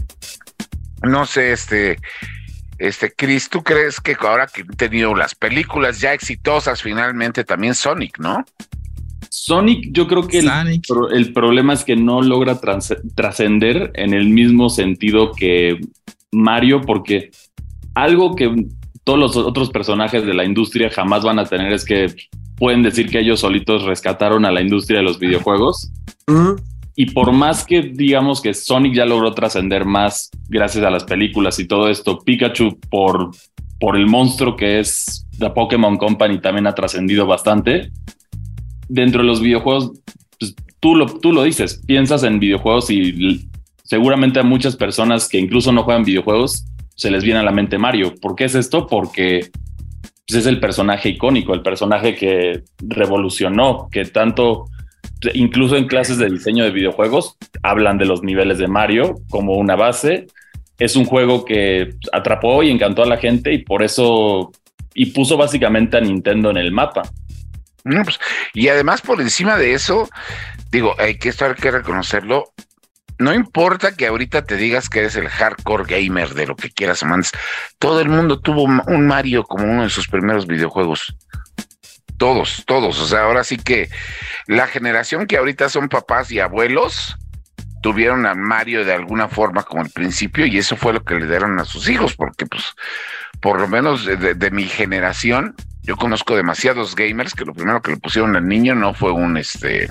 S1: no sé, este, este, Chris, ¿tú crees que ahora que han tenido las películas ya exitosas, finalmente también Sonic, ¿no?
S3: Sonic, yo creo que el, el problema es que no logra trascender en el mismo sentido que Mario, porque algo que todos los otros personajes de la industria jamás van a tener es que pueden decir que ellos solitos rescataron a la industria de los videojuegos. Uh-huh. Y por más que digamos que Sonic ya logró trascender más gracias a las películas y todo esto, Pikachu por, por el monstruo que es The Pokémon Company también ha trascendido bastante. Dentro de los videojuegos, pues, tú, lo, tú lo dices, piensas en videojuegos y seguramente a muchas personas que incluso no juegan videojuegos se les viene a la mente Mario. ¿Por qué es esto? Porque pues, es el personaje icónico, el personaje que revolucionó, que tanto, incluso en clases de diseño de videojuegos, hablan de los niveles de Mario como una base. Es un juego que atrapó y encantó a la gente y por eso, y puso básicamente a Nintendo en el mapa.
S1: No, pues, y además por encima de eso, digo, hay que estar que reconocerlo, no importa que ahorita te digas que eres el hardcore gamer de lo que quieras o mandes, todo el mundo tuvo un Mario como uno de sus primeros videojuegos, todos, todos, o sea, ahora sí que la generación que ahorita son papás y abuelos tuvieron a Mario de alguna forma como el principio y eso fue lo que le dieron a sus hijos, porque pues por lo menos de, de, de mi generación yo conozco demasiados gamers que lo primero que le pusieron al niño no fue un este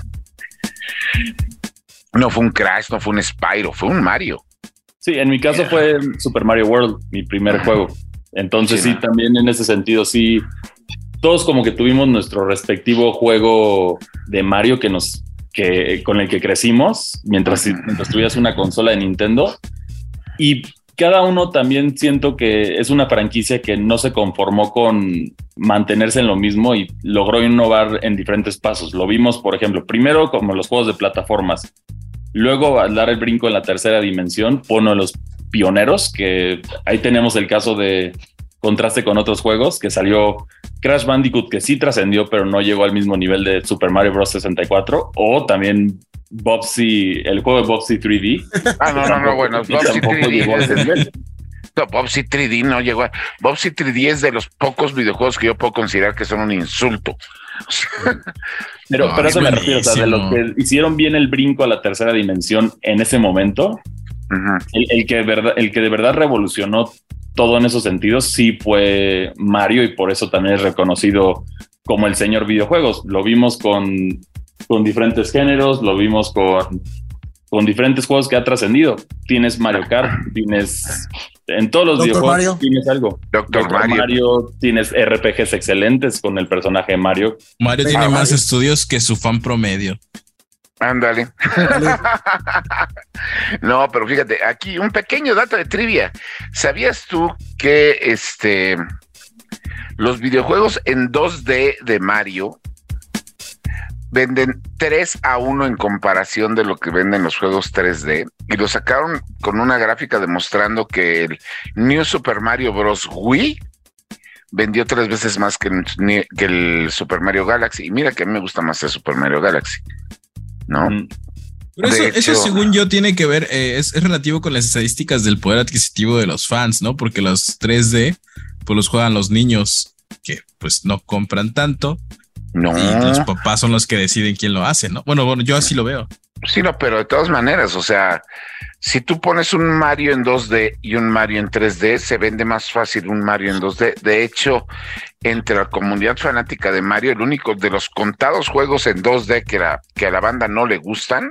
S1: no fue un Crash, no fue un Spyro, fue un Mario.
S3: Sí, en mi caso yeah. fue Super Mario World, mi primer juego. Entonces sí, sí también en ese sentido sí todos como que tuvimos nuestro respectivo juego de Mario que nos que con el que crecimos mientras, mientras tuvieras una consola de Nintendo y cada uno también siento que es una franquicia que no se conformó con mantenerse en lo mismo y logró innovar en diferentes pasos. Lo vimos, por ejemplo, primero como los juegos de plataformas. Luego, al dar el brinco en la tercera dimensión, fue uno de los pioneros, que ahí tenemos el caso de contraste con otros juegos, que salió Crash Bandicoot, que sí trascendió, pero no llegó al mismo nivel de Super Mario Bros. sesenta y cuatro, o también Bobsy, el juego de Bobsy tres D.
S1: Ah, no, no, no, bueno, Bobsy tres D llegó a ese nivel. No, Bobsy tres D no llegó a... Bobsy tres D es de los pocos videojuegos que yo puedo considerar que son un insulto.
S3: pero, no, pero eso me refiero, o sea, de los que hicieron bien el brinco a la tercera dimensión en ese momento, uh-huh. el, el, que de verdad, el que de verdad revolucionó todo en esos sentidos sí fue Mario y por eso también es reconocido como el señor videojuegos. Lo vimos con... con diferentes géneros, lo vimos con, con diferentes juegos que ha trascendido. Tienes Mario Kart, tienes en todos los videojuegos Mario. Tienes algo.
S1: Doctor Mario.
S3: Mario, tienes R P Gs excelentes con el personaje de Mario.
S4: Mario ah, tiene Mario. más estudios que su fan promedio.
S1: Ándale. No, pero fíjate, aquí un pequeño dato de trivia. ¿Sabías tú que este Los videojuegos en dos D de Mario venden tres a uno en comparación de lo que venden los juegos tres D, y lo sacaron con una gráfica demostrando que el New Super Mario Bros. Wii vendió tres veces más que el, que el Super Mario Galaxy. Y mira que a mí me gusta más el Super Mario Galaxy, ¿no? Mm.
S4: Pero eso, hecho, eso, según yo, tiene que ver, eh, es, es relativo con las estadísticas del poder adquisitivo de los fans, ¿no? Porque los tres D, pues los juegan los niños que pues no compran tanto.
S1: No.
S4: Y los papás son los que deciden quién lo hace, ¿no? Bueno, bueno, yo así lo veo.
S1: Sí, no, pero de todas maneras, o sea, si tú pones un Mario en dos D y un Mario en tres D, se vende más fácil un Mario en dos D. De hecho, entre la comunidad fanática de Mario, el único de los contados juegos en dos D que, la, que a la banda no le gustan,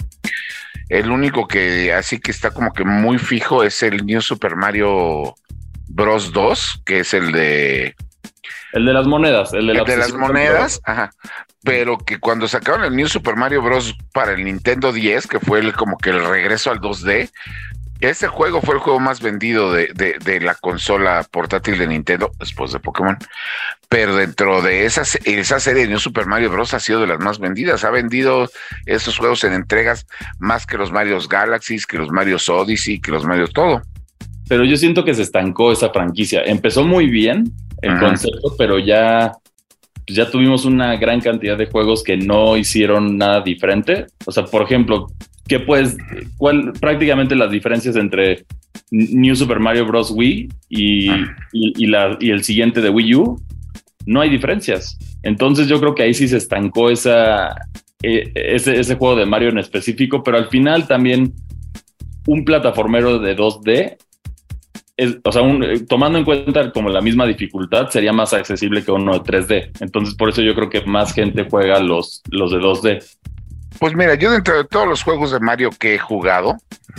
S1: el único que así que está como que muy fijo es el New Super Mario Bros. dos, que es el de...
S3: El de las monedas. El de,
S1: el
S3: la
S1: de las monedas, ajá. Pero que cuando sacaron el New Super Mario Bros. Para el Nintendo diez, que fue el, como que el regreso al dos D, ese juego fue el juego más vendido de, de, de la consola portátil de Nintendo, después de Pokémon. Pero dentro de esa, esa serie de New Super Mario Bros. Ha sido de las más vendidas. Ha vendido esos juegos en entregas más que los Mario Galaxies, que los Mario Odyssey, que los Mario todo.
S3: Pero yo siento que se estancó esa franquicia. Empezó muy bien el uh-huh. concepto, pero ya, ya tuvimos una gran cantidad de juegos que no hicieron nada diferente. O sea, por ejemplo, ¿qué puedes, cuál, prácticamente las diferencias entre New Super Mario Bros. Wii y, uh-huh. y, y, la, y el siguiente de Wii U? No hay diferencias. Entonces yo creo que ahí sí se estancó esa, eh, ese, ese juego de Mario en específico, pero al final también un plataformero de dos D, es, o sea, un, tomando en cuenta como la misma dificultad, sería más accesible que uno de tres D. Entonces por eso yo creo que más gente juega los, los de dos D.
S1: Pues mira, yo dentro de todos los juegos de Mario que he jugado,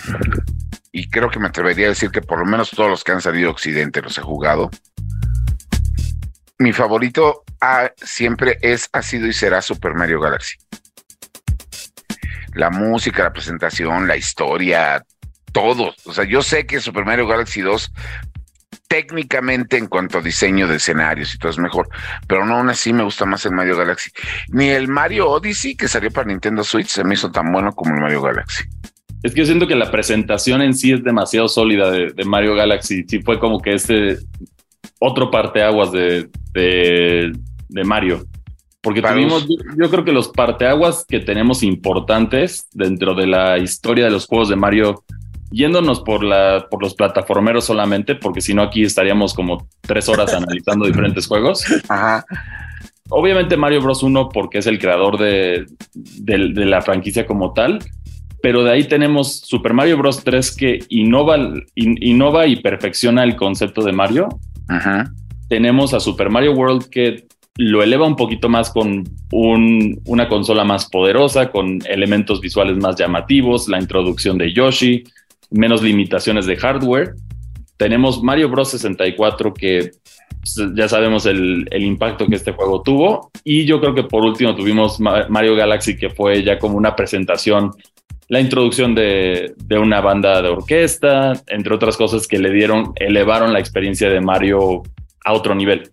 S1: y creo que me atrevería a decir que por lo menos todos los que han salido a Occidente los he jugado, mi favorito ah, siempre es, ha sido y será Super Mario Galaxy. La música, la presentación, la historia, todo. O sea, yo sé que Super Mario Galaxy dos técnicamente en cuanto a diseño de escenarios y todo es mejor, pero no, aún así me gusta más el Mario Galaxy. Ni el Mario Odyssey que salió para Nintendo Switch se me hizo tan bueno como el Mario Galaxy.
S3: Es que yo siento que la presentación en sí es demasiado sólida de, de Mario Galaxy. Sí fue como que este otro parteaguas de, de, de Mario. Porque para tuvimos, yo, yo creo que los parteaguas que tenemos importantes dentro de la historia de los juegos de Mario, yéndonos por, la, por los plataformeros solamente, porque si no aquí estaríamos como tres horas analizando diferentes juegos.
S1: Ajá.
S3: Obviamente Mario Bros. uno porque es el creador de, de, de la franquicia como tal, pero de ahí tenemos Super Mario Bros. tres que innova, in, innova y perfecciona el concepto de Mario.
S1: Ajá.
S3: Tenemos a Super Mario World que lo eleva un poquito más con un, una consola más poderosa, con elementos visuales más llamativos, la introducción de Yoshi, menos limitaciones de hardware. Tenemos Mario Bros. sesenta y cuatro que pues, ya sabemos el, el impacto que este juego tuvo, y yo creo que por último tuvimos Mario Galaxy, que fue ya como una presentación, la introducción de, de una banda de orquesta, entre otras cosas que le dieron, elevaron la experiencia de Mario a otro nivel.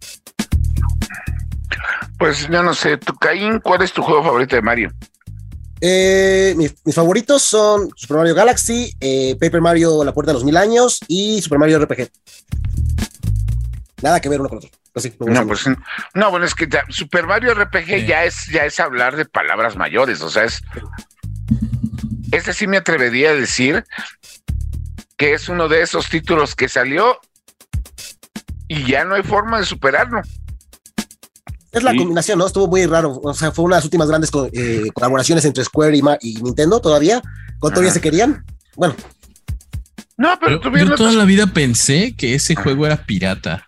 S1: Pues yo no sé, tu Caín, ¿cuál es tu juego favorito de Mario?
S5: Eh, mis, mis favoritos son Super Mario Galaxy, eh, Paper Mario La Puerta de los Mil Años y Super Mario R P G. Nada que ver uno con otro. Así, no,
S1: no, pues, no, bueno, es que ya, Super Mario R P G sí. ya es ya es hablar de palabras mayores, o sea, es... Este sí me atrevería a decir que es uno de esos títulos que salió y ya no hay forma de superarlo.
S5: Es la sí. combinación, ¿no? Estuvo muy raro. O sea, fue una de las últimas grandes eh, colaboraciones entre Square y, Ma- y Nintendo todavía. ¿Cuánto todavía se querían? Bueno.
S1: No, pero, pero
S4: yo toda la vida pensé que ese juego era pirata.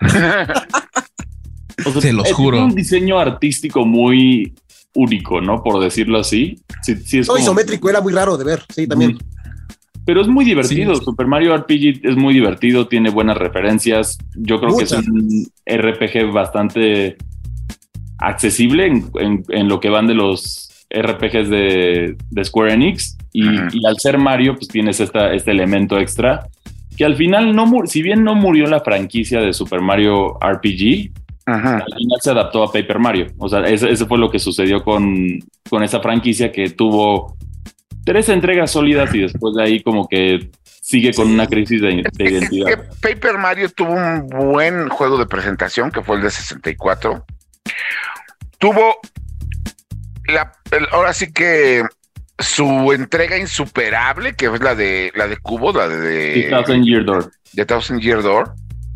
S3: O sea, te los juro. Tiene un diseño artístico muy único, ¿no? Por decirlo así. Sí, sí es
S5: Todo
S3: como...
S5: isométrico, era muy raro de ver, sí, también.
S3: Pero es muy divertido.
S4: Sí.
S3: Super Mario R P G es muy divertido, tiene buenas referencias. Yo creo Muchas. que es un R P G bastante accesible en, en, en lo que van de los R P Gs de, de Square Enix. Y, uh-huh. y al ser Mario, pues tienes esta, este elemento extra que al final, no mur- si bien no murió la franquicia de Super Mario R P G, ajá, al final se adaptó a Paper Mario. O sea, ese, ese fue lo que sucedió con, con esa franquicia que tuvo tres entregas sólidas y después de ahí como que sigue con una crisis de, de identidad.
S1: Es que Paper Mario tuvo un buen juego de presentación, que fue el de sesenta y cuatro. Tuvo la, el, ahora sí que su entrega insuperable, que es la de la de Cubo, la de
S3: The Thousand Year Door.
S1: The Thousand Year Door.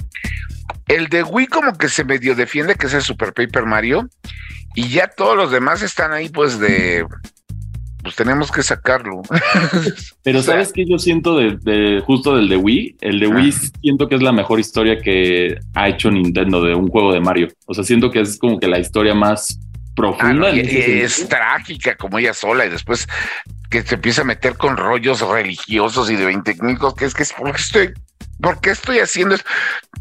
S1: El de Wii como que se medio defiende, que es el Super Paper Mario, y ya todos los demás están ahí pues de... pues tenemos que sacarlo.
S3: Pero o sea, ¿sabes qué yo siento de, de justo del de Wii? El de Wii ah. siento que es la mejor historia que ha hecho Nintendo de un juego de Mario. O sea, siento que es como que la historia más profunda.
S1: Ah, no, y, es trágica como ella sola, y después que se empieza a meter con rollos religiosos y de veinte técnicos, que es que es porque estoy, ¿por qué estoy haciendo esto?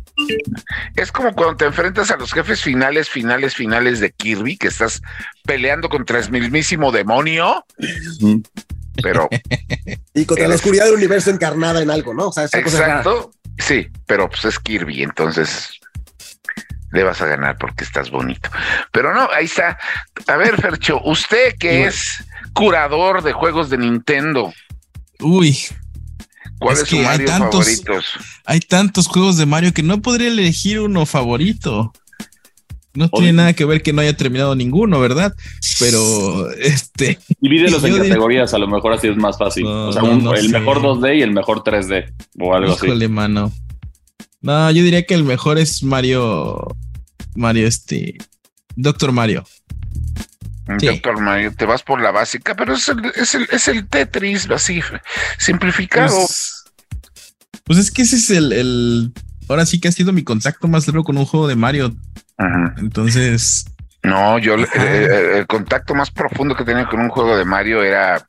S1: Es como cuando te enfrentas a los jefes finales, finales, finales de Kirby, que estás peleando contra el mismísimo demonio, pero...
S5: y contra eres... la oscuridad del universo encarnada en algo, ¿no? O sea,
S1: exacto, sí, pero pues es Kirby, entonces le vas a ganar porque estás bonito. Pero no, ahí está. A ver, Fercho, usted que es curador de juegos de Nintendo.
S4: Uy...
S1: ¿Cuáles son sus Mario tantos, favoritos?
S4: Hay tantos juegos de Mario que no podría elegir uno favorito. No Oye. tiene nada que ver que no haya terminado ninguno, ¿verdad? Pero este...
S3: Divídelos en categorías, a lo mejor así es más fácil. No, o sea, un, no el sé. mejor dos D y el mejor tres D o algo
S4: Híjole, así. Híjole, mano. No, yo diría que el mejor es Mario... Mario este... Doctor Mario.
S1: Sí. Doctor Mario, te vas por la básica, pero es el, es el, es el Tetris así simplificado.
S4: Pues, pues es que ese es el, el ahora sí que ha sido mi contacto más largo con un juego de Mario. Ajá. Entonces
S1: no, yo el, el, el contacto más profundo que tenía con un juego de Mario era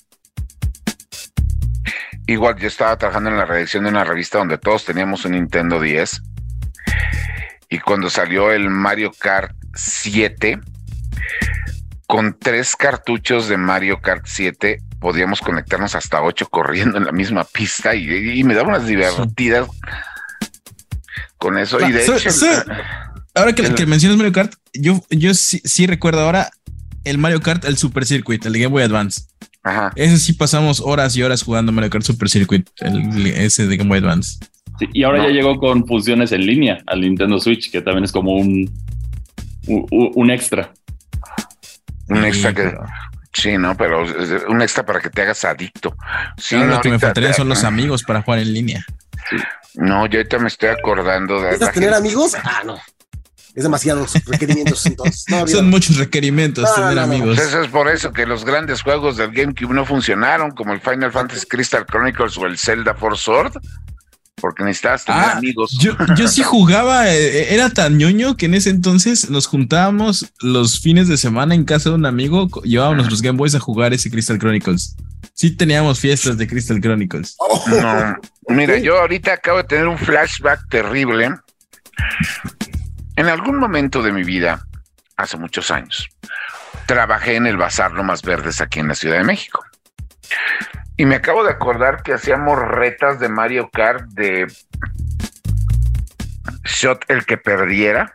S1: igual. Yo estaba trabajando en la redacción de una revista donde todos teníamos un Nintendo diez, y cuando salió el Mario Kart siete, con tres cartuchos de Mario Kart siete podíamos conectarnos hasta ocho corriendo en la misma pista, y, y me daba unas divertidas con eso. No, y de so, hecho,
S4: so, ahora que, el, que mencionas Mario Kart, yo, yo sí, sí recuerdo ahora el Mario Kart, el Super Circuit, el de Game Boy Advance. Ajá. Ese sí pasamos horas y horas jugando Mario Kart Super Circuit, el, ese de Game Boy Advance.
S3: Sí, y ahora no. ya llegó con funciones en línea al Nintendo Switch, que también es como un, un, un extra.
S1: Un extra que... Sí, no, pero un extra para que te hagas adicto. Sí,
S4: no,
S1: no,
S4: lo que me faltaría te... son los amigos para jugar en línea.
S1: Sí. No, yo ahorita me estoy acordando de...
S5: ¿Necesitas tener gente... amigos? Ah, no. Es demasiados requerimientos, entonces. No,
S4: son muchos requerimientos no, tener no, no, amigos.
S1: Pues eso es por eso que los grandes juegos del GameCube no funcionaron, como el Final Fantasy Crystal Chronicles o el Zelda Four Sword, porque necesitabas tener ah, amigos.
S4: Yo, yo sí jugaba, era tan ñoño que en ese entonces nos juntábamos los fines de semana en casa de un amigo, llevábamos nuestros Game Boys a jugar ese Crystal Chronicles. Sí teníamos fiestas de Crystal Chronicles.
S1: Oh. No, mira, yo ahorita acabo de tener un flashback terrible. En algún momento de mi vida, hace muchos años, trabajé en el Bazar Lomas Verdes aquí en la Ciudad de México. Y me acabo de acordar que hacíamos retas de Mario Kart de shot el que perdiera.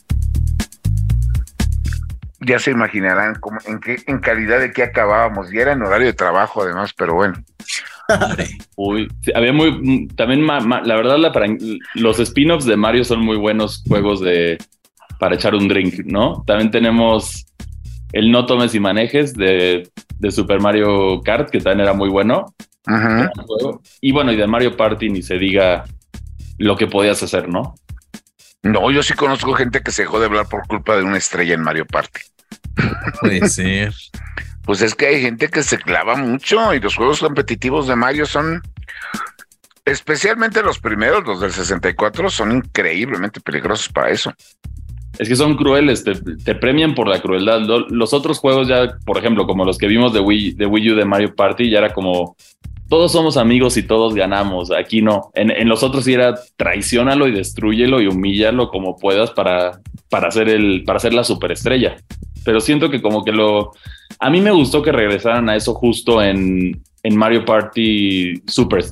S1: Ya se imaginarán cómo, en qué, en calidad de qué acabábamos. Y era en horario de trabajo además, pero bueno.
S3: Uy, había muy, también ma, ma, la verdad la, los spin-offs de Mario son muy buenos juegos de para echar un drink, ¿no? También tenemos el No Tomes y Manejes de, de Super Mario Kart, que también era muy bueno.
S1: Ajá.
S3: Y bueno, y de Mario Party ni se diga lo que podías hacer, ¿no?
S1: No, yo sí conozco gente que se dejó de hablar por culpa de una estrella en Mario Party.
S4: Puede ser.
S1: Pues es que hay gente que se clava mucho, y los juegos competitivos de Mario son, especialmente los primeros, los del sesenta y cuatro, son increíblemente peligrosos para eso.
S3: Es que son crueles, te, te premian por la crueldad. Los otros juegos ya, por ejemplo, como los que vimos de Wii, de Wii U de Mario Party, ya era como, todos somos amigos y todos ganamos. Aquí no. En, en los otros sí era traiciónalo y destrúyelo y humíllalo como puedas para, para, hacer el, para hacer la superestrella. Pero siento que como que lo... A mí me gustó que regresaran a eso justo en, en Mario Party Superstar.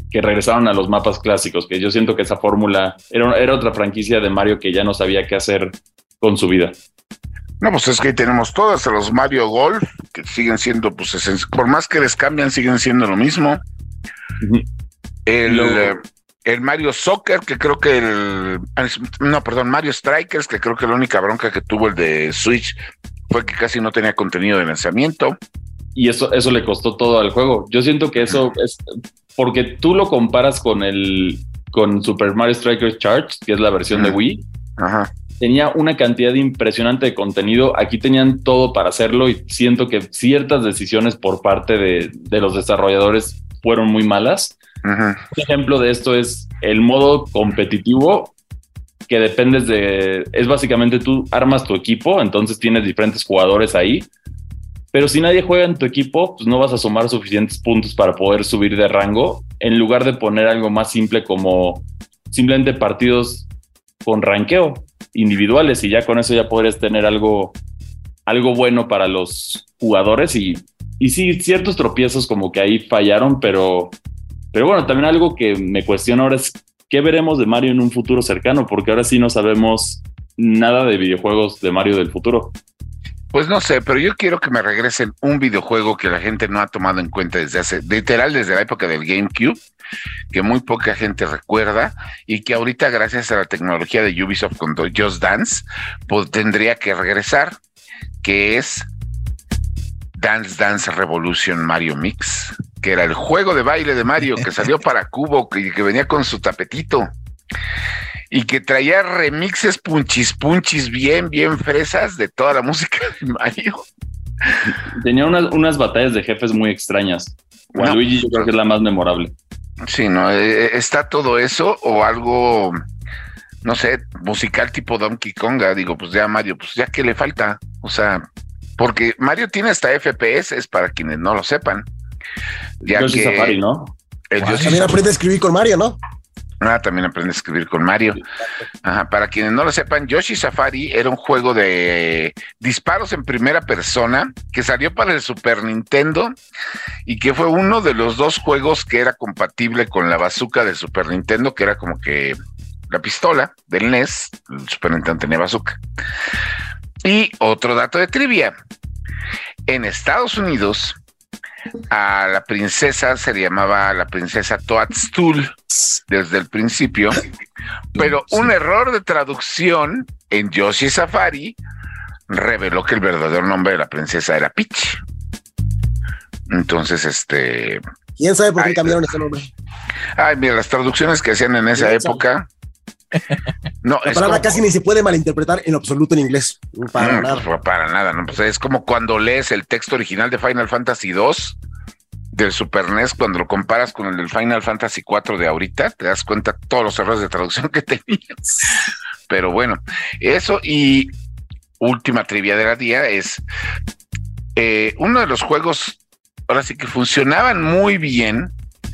S3: que regresaron a los mapas clásicos, que yo siento que esa fórmula era, era otra franquicia de Mario que ya no sabía qué hacer con su vida.
S1: No, pues es que ahí tenemos todas, los Mario Golf, que siguen siendo, pues, por más que les cambian, siguen siendo lo mismo. Uh-huh. El, Luego, el Mario Soccer, que creo que el... No, perdón, Mario Strikers, que creo que la única bronca que tuvo el de Switch fue que casi no tenía contenido de lanzamiento.
S3: Y eso, eso le costó todo al juego. Yo siento que eso es... Porque tú lo comparas con el... con Super Mario Strikers Charge, que es la versión uh-huh. de Wii.
S1: Ajá.
S3: Tenía una cantidad impresionante de contenido. Aquí tenían todo para hacerlo y siento que ciertas decisiones por parte de, de los desarrolladores fueron muy malas. Uh-huh. Un ejemplo de esto es el modo competitivo, que dependes de... Es básicamente tú armas tu equipo, entonces tienes diferentes jugadores ahí, pero si nadie juega en tu equipo, pues no vas a sumar suficientes puntos para poder subir de rango, en lugar de poner algo más simple como simplemente partidos con ranqueo individuales, y ya con eso ya podrías tener algo, algo bueno para los jugadores. Y, y sí, ciertos tropiezos como que ahí fallaron, pero, pero bueno, también algo que me cuestiona ahora es qué veremos de Mario en un futuro cercano, porque ahora sí no sabemos nada de videojuegos de Mario del futuro.
S1: Pues no sé, pero yo quiero que me regresen un videojuego que la gente no ha tomado en cuenta desde hace, literal desde la época del GameCube, que muy poca gente recuerda y que ahorita gracias a la tecnología de Ubisoft con Just Dance, pues tendría que regresar, que es Dance Dance Revolution Mario Mix, que era el juego de baile de Mario que salió para Cubo, que, que venía con su tapetito y que traía remixes punchis punchis bien, bien fresas de toda la música de Mario.
S3: Tenía unas, unas batallas de jefes muy extrañas. No, Luigi yo creo que es la más memorable.
S1: Sí, no, eh, está todo eso o algo, no sé, musical tipo Donkey Konga. Digo, pues ya Mario, pues ya que le falta, o sea, porque Mario tiene hasta F P S, es para quienes no lo sepan. Ya
S3: Yoshi
S1: que
S3: Safari, ¿no?
S5: El ah, Yoshi también Safari. Aprende a escribir con Mario, ¿no?
S1: Ah, también aprende a escribir con Mario. Ajá, para quienes no lo sepan, Yoshi Safari era un juego de disparos en primera persona que salió para el Super Nintendo y que fue uno de los dos juegos que era compatible con la bazooka del Super Nintendo, que era como que la pistola del N E S, el Super Nintendo tenía bazooka. Y otro dato de trivia, en Estados Unidos a la princesa se le llamaba la princesa Toadstool desde el principio, pero un error de traducción en Yoshi Safari reveló que el verdadero nombre de la princesa era Peach. Entonces, este...
S5: ¿Quién sabe por qué ay, cambiaron ese nombre?
S1: Ay, mira, las traducciones que hacían en esa época... No,
S5: la palabra como... casi ni se puede malinterpretar en absoluto en inglés. Para
S1: no,
S5: nada.
S1: Pues, para nada, no, pues es como cuando lees el texto original de Final Fantasy dos del Super N E S, cuando lo comparas con el del Final Fantasy cuatro de ahorita, te das cuenta todos los errores de traducción que tenías. Pero bueno, eso y última trivia de la día es eh, uno de los juegos, ahora sí que funcionaban muy bien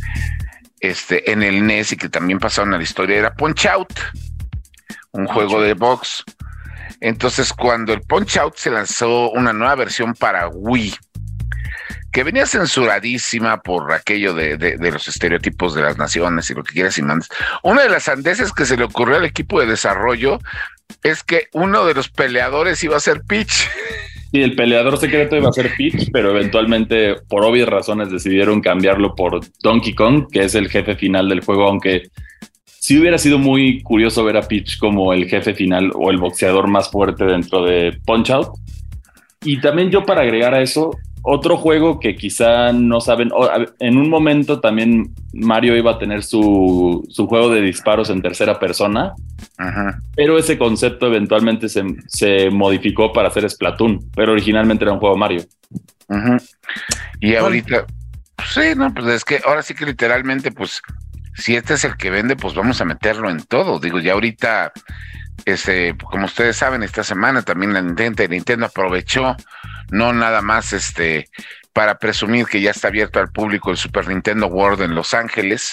S1: este, en el N E S y que también pasaron a la historia, era Punch Out, un Punch juego out. de box. Entonces, cuando el Punch Out se lanzó una nueva versión para Wii, que venía censuradísima por aquello de, de, de los estereotipos de las naciones y lo que quieras y mandes, una de las sandeces que se le ocurrió al equipo de desarrollo es que uno de los peleadores iba a ser Peach.
S3: Sí, el peleador secreto iba a ser Peach, pero eventualmente, por obvias razones, decidieron cambiarlo por Donkey Kong, que es el jefe final del juego, aunque sí hubiera sido muy curioso ver a Peach como el jefe final o el boxeador más fuerte dentro de Punch Out. Y también yo, para agregar a eso, otro juego que quizá no saben, en un momento también Mario iba a tener su, su juego de disparos en tercera persona, ajá, pero ese concepto eventualmente se, se modificó para hacer Splatoon, pero originalmente era un juego Mario.
S1: Ajá. Y ahorita, pues sí, no, pues es que ahora sí que literalmente, pues, si este es el que vende, pues vamos a meterlo en todo. Digo, ya ahorita, este, como ustedes saben, esta semana también la Nintendo, Nintendo aprovechó no nada más este para presumir que ya está abierto al público el Super Nintendo World en Los Ángeles,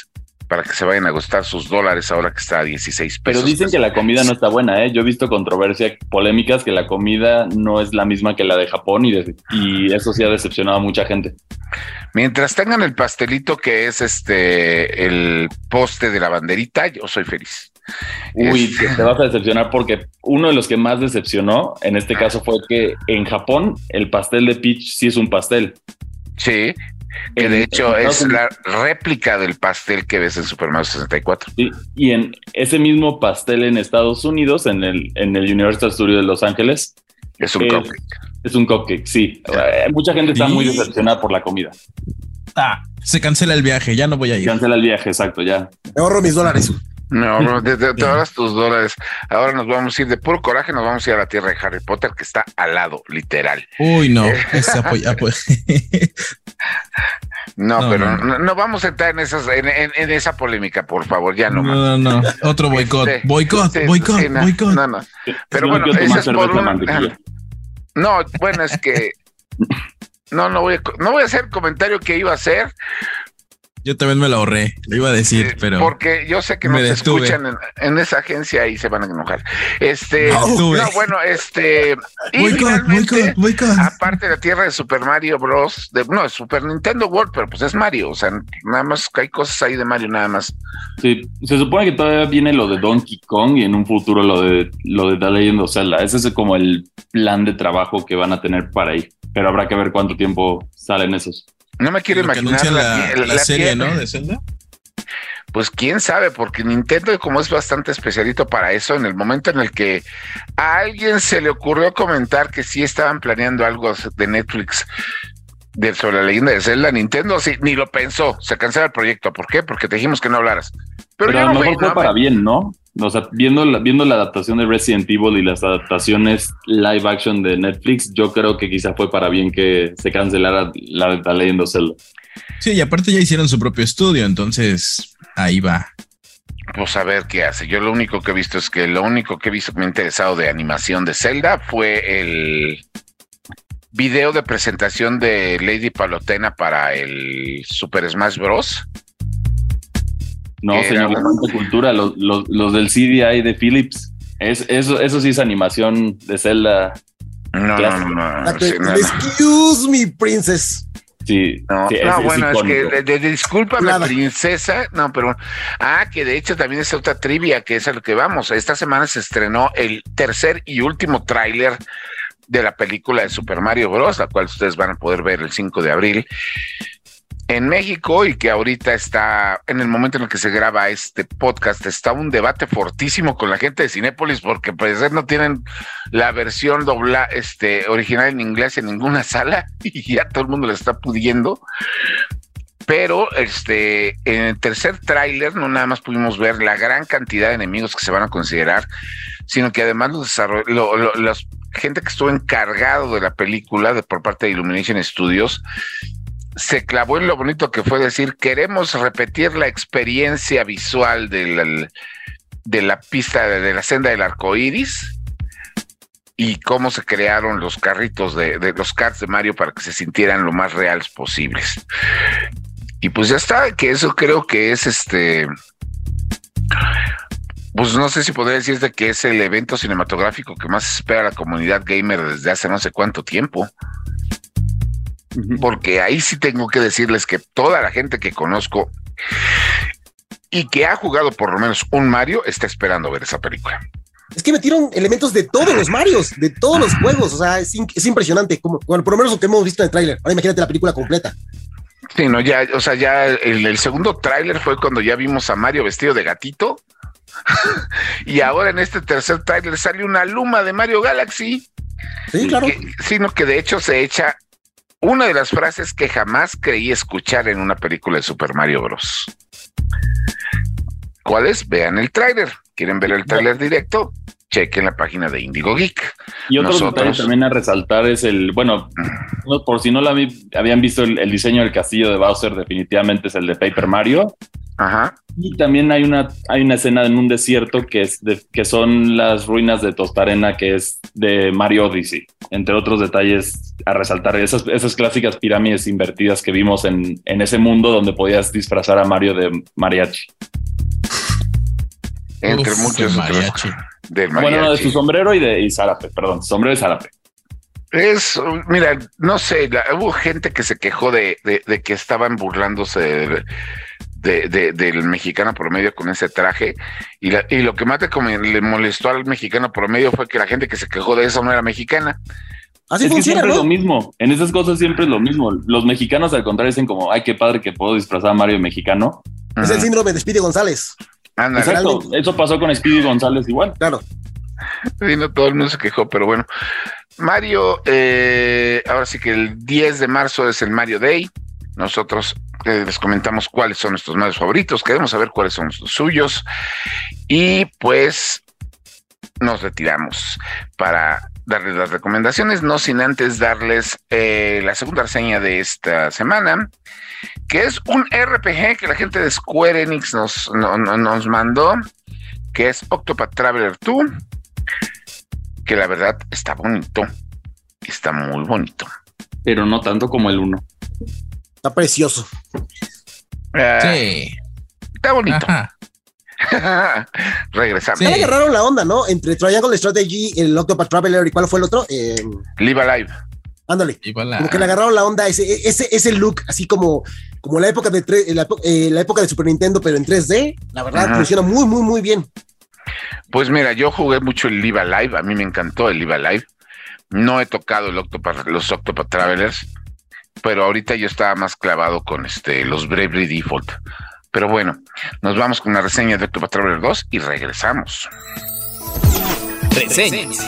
S1: para que se vayan a gastar sus dólares ahora que está a dieciséis pesos.
S3: Pero dicen que la comida no está buena, ¿eh? Yo he visto controversias, polémicas, que la comida no es la misma que la de Japón y, de, y eso sí ha decepcionado a mucha gente.
S1: Mientras tengan el pastelito que es este el poste de la banderita, yo soy feliz.
S3: Uy, es... te vas a decepcionar porque uno de los que más decepcionó en este caso fue que en Japón el pastel de Peach sí es un pastel.
S1: Sí. Que de hecho es la réplica del pastel que ves en Super Mario sesenta y cuatro.
S3: Sí, y en ese mismo pastel en Estados Unidos, en el, en el Universal Studios de Los Ángeles,
S1: es un
S3: es,
S1: cupcake.
S3: Es un cupcake, sí. sí. Mucha gente está y... muy decepcionada por la comida.
S4: Ah, se cancela el viaje, ya no voy a ir.
S3: Se cancela el viaje, exacto, ya.
S5: Me ahorro mis dólares.
S1: No, bro, te, te, te ahorras tus dólares. Ahora nos vamos a ir de puro coraje, nos vamos a ir a la tierra de Harry Potter, que está al lado, literal.
S4: Uy, no, ese apoyo, apoyo.
S1: No, no, pero no, no. no vamos a entrar en, esas, en, en, en esa polémica, por favor, ya no.
S4: No, no, no, otro boicot, este, boicot, sí, boicot, sí, no, boicot.
S1: No, no. Pero sí, bueno, no ese es por un... No, bueno, es que no, no voy a, no voy a hacer el comentario que iba a hacer.
S4: Yo también me lo ahorré, lo iba a decir, pero...
S1: Porque yo sé que no se escuchan en, en esa agencia y se van a enojar. Este, no, no bueno, este... Y boicot, finalmente, boicot, boicot. Aparte de la tierra de Super Mario Bros., de, no, de Super Nintendo World, pero pues es Mario, o sea, nada más hay cosas ahí de Mario, nada más.
S3: Sí, se supone que todavía viene lo de Donkey Kong y en un futuro lo de, lo de The Legend of Zelda. Ese es como el plan de trabajo que van a tener para ahí, pero habrá que ver cuánto tiempo salen esos.
S1: No me quiero imaginar
S4: la, la, la, la serie, ¿no? De Zelda.
S1: Pues quién sabe, porque Nintendo, como es bastante especialito para eso, en el momento en el que a alguien se le ocurrió comentar que sí estaban planeando algo de Netflix de, sobre la leyenda de Zelda, Nintendo sí, ni lo pensó, se cancela el proyecto. ¿Por qué? Porque te dijimos que no hablaras. Pero,
S3: Pero a lo no mejor fue no, para me... bien, ¿no? O sea, viendo la, viendo la adaptación de Resident Evil y las adaptaciones live action de Netflix, yo creo que quizá fue para bien que se cancelara la, la Legend of Zelda.
S4: Sí, y aparte ya hicieron su propio estudio, entonces ahí va.
S1: Pues a ver qué hace. Yo lo único que he visto es que lo único que he visto que me ha interesado de animación de Zelda fue el video de presentación de Lady Palutena para el Super Smash Bros.
S3: No, señor, la Fuente Cultura, los, los, los del C D I de Philips. Es, eso, eso sí es animación de Zelda.
S1: No, clásica. no, no, no, sí, no,
S5: Excuse no. me, princess.
S1: Sí, no, sí, es, no bueno, es, es que de, de, discúlpame, Nada. princesa. No, pero ah, que de hecho también es otra trivia, que es a lo que vamos. Esta semana se estrenó el tercer y último tráiler de la película de Super Mario Bros., la cual ustedes van a poder ver el cinco de abril. En México, y que ahorita está, en el momento en el que se graba este podcast, está un debate fortísimo con la gente de Cinépolis, porque pues no tienen la versión dobla, este, original en inglés en ninguna sala, y ya todo el mundo la está pudiendo. Pero este, en el tercer tráiler no nada más pudimos ver la gran cantidad de enemigos que se van a considerar, sino que además los desarroll- lo, lo, los gente que estuvo encargado de la película de, por parte de Illumination Studios se clavó en lo bonito que fue decir: queremos repetir la experiencia visual de la, de la pista de, de la senda del arco iris y cómo se crearon los carritos de, de los karts de Mario para que se sintieran lo más reales posibles. Y pues ya está, que eso creo que es este, pues no sé si podría decirte que es el evento cinematográfico que más espera la comunidad gamer desde hace no sé cuánto tiempo. Porque ahí sí tengo que decirles que toda la gente que conozco y que ha jugado por lo menos un Mario está esperando ver esa película.
S5: Es que metieron elementos de todos los Marios, de todos los juegos, o sea, es, in- es impresionante, como, bueno, por lo menos lo que hemos visto en el tráiler. Ahora imagínate la película completa.
S1: Sí, no, ya, o sea, ya el, el segundo tráiler fue cuando ya vimos a Mario vestido de gatito y ahora en este tercer tráiler sale una luma de Mario Galaxy.
S5: Sí, claro.
S1: Que, sino que de hecho se echa una de las frases que jamás creí escuchar en una película de Super Mario Bros. ¿Cuál es? Vean el tráiler. ¿Quieren ver el tráiler directo? Chequen la página de Indigo Geek.
S3: Y otro Nosotros... detalle también a resaltar es el, bueno, por si no lo habían visto, el, el diseño del castillo de Bowser definitivamente es el de Paper Mario.
S1: Ajá.
S3: Y también hay una, hay una escena en un desierto que, es de, que son las ruinas de Tostarena, que es de Mario Odyssey. Entre otros detalles a resaltar, esas, esas clásicas pirámides invertidas que vimos en, en ese mundo donde podías disfrazar a Mario de mariachi.
S1: Entre
S4: Uf,
S1: muchos
S4: mariachi.
S1: otros. Del mariachi.
S3: Bueno, no, de su sombrero y de y zarape, perdón, sombrero y zarape.
S1: Es, mira, no sé, la, hubo gente que se quejó de, de, de que estaban burlándose de, de, de, del mexicano promedio con ese traje, y, la, y lo que más le, le molestó al mexicano promedio fue que la gente que se quejó de eso no era mexicana.
S5: Así
S3: es
S5: funciona,
S3: que siempre
S5: ¿no?
S3: es lo mismo. En esas cosas siempre es lo mismo. Los mexicanos, al contrario, dicen como, ay, qué padre que puedo disfrazar a Mario mexicano.
S5: Es el síndrome de Speedy González.
S1: Ándale.
S3: Exacto, eso pasó con Speedy González igual.
S5: Claro.
S1: Sí, no todo el mundo se quejó, pero bueno. Mario, eh, ahora sí que el diez de marzo es el Mario Day. Nosotros eh, les comentamos cuáles son nuestros Marios favoritos, queremos saber cuáles son los suyos. Y pues nos retiramos para darles las recomendaciones, no sin antes darles eh, la segunda reseña de esta semana, que es un R P G que la gente de Square Enix nos, no, no, nos mandó, que es Octopath Traveler dos, que la verdad está bonito, está muy bonito.
S3: Pero no tanto como el uno.
S5: Está precioso.
S1: Uh,
S4: Sí.
S1: Está bonito.
S4: Ajá.
S1: Regresamos.
S4: Sí.
S5: Ya le agarraron la onda, ¿no? Entre Triangle Strategy, el Octopath Traveler y ¿cuál fue el otro? Eh,
S1: Live Alive.
S5: ándale.
S4: Igual la-
S5: Como que le agarraron la onda, ese, ese, ese look, así como, como la época de tre- la, epo- eh, la época de Super Nintendo, pero en tres D. La verdad,
S1: Ajá.
S5: funciona muy, muy, muy bien.
S1: Pues mira, yo jugué mucho el Live Alive, a mí me encantó el Live Alive. No he tocado el Octopath, los Octopath Travelers, pero ahorita yo estaba más clavado con este los Bravely Default. Pero bueno, nos vamos con una reseña de Octopath Traveler dos y regresamos.
S2: Reseñas.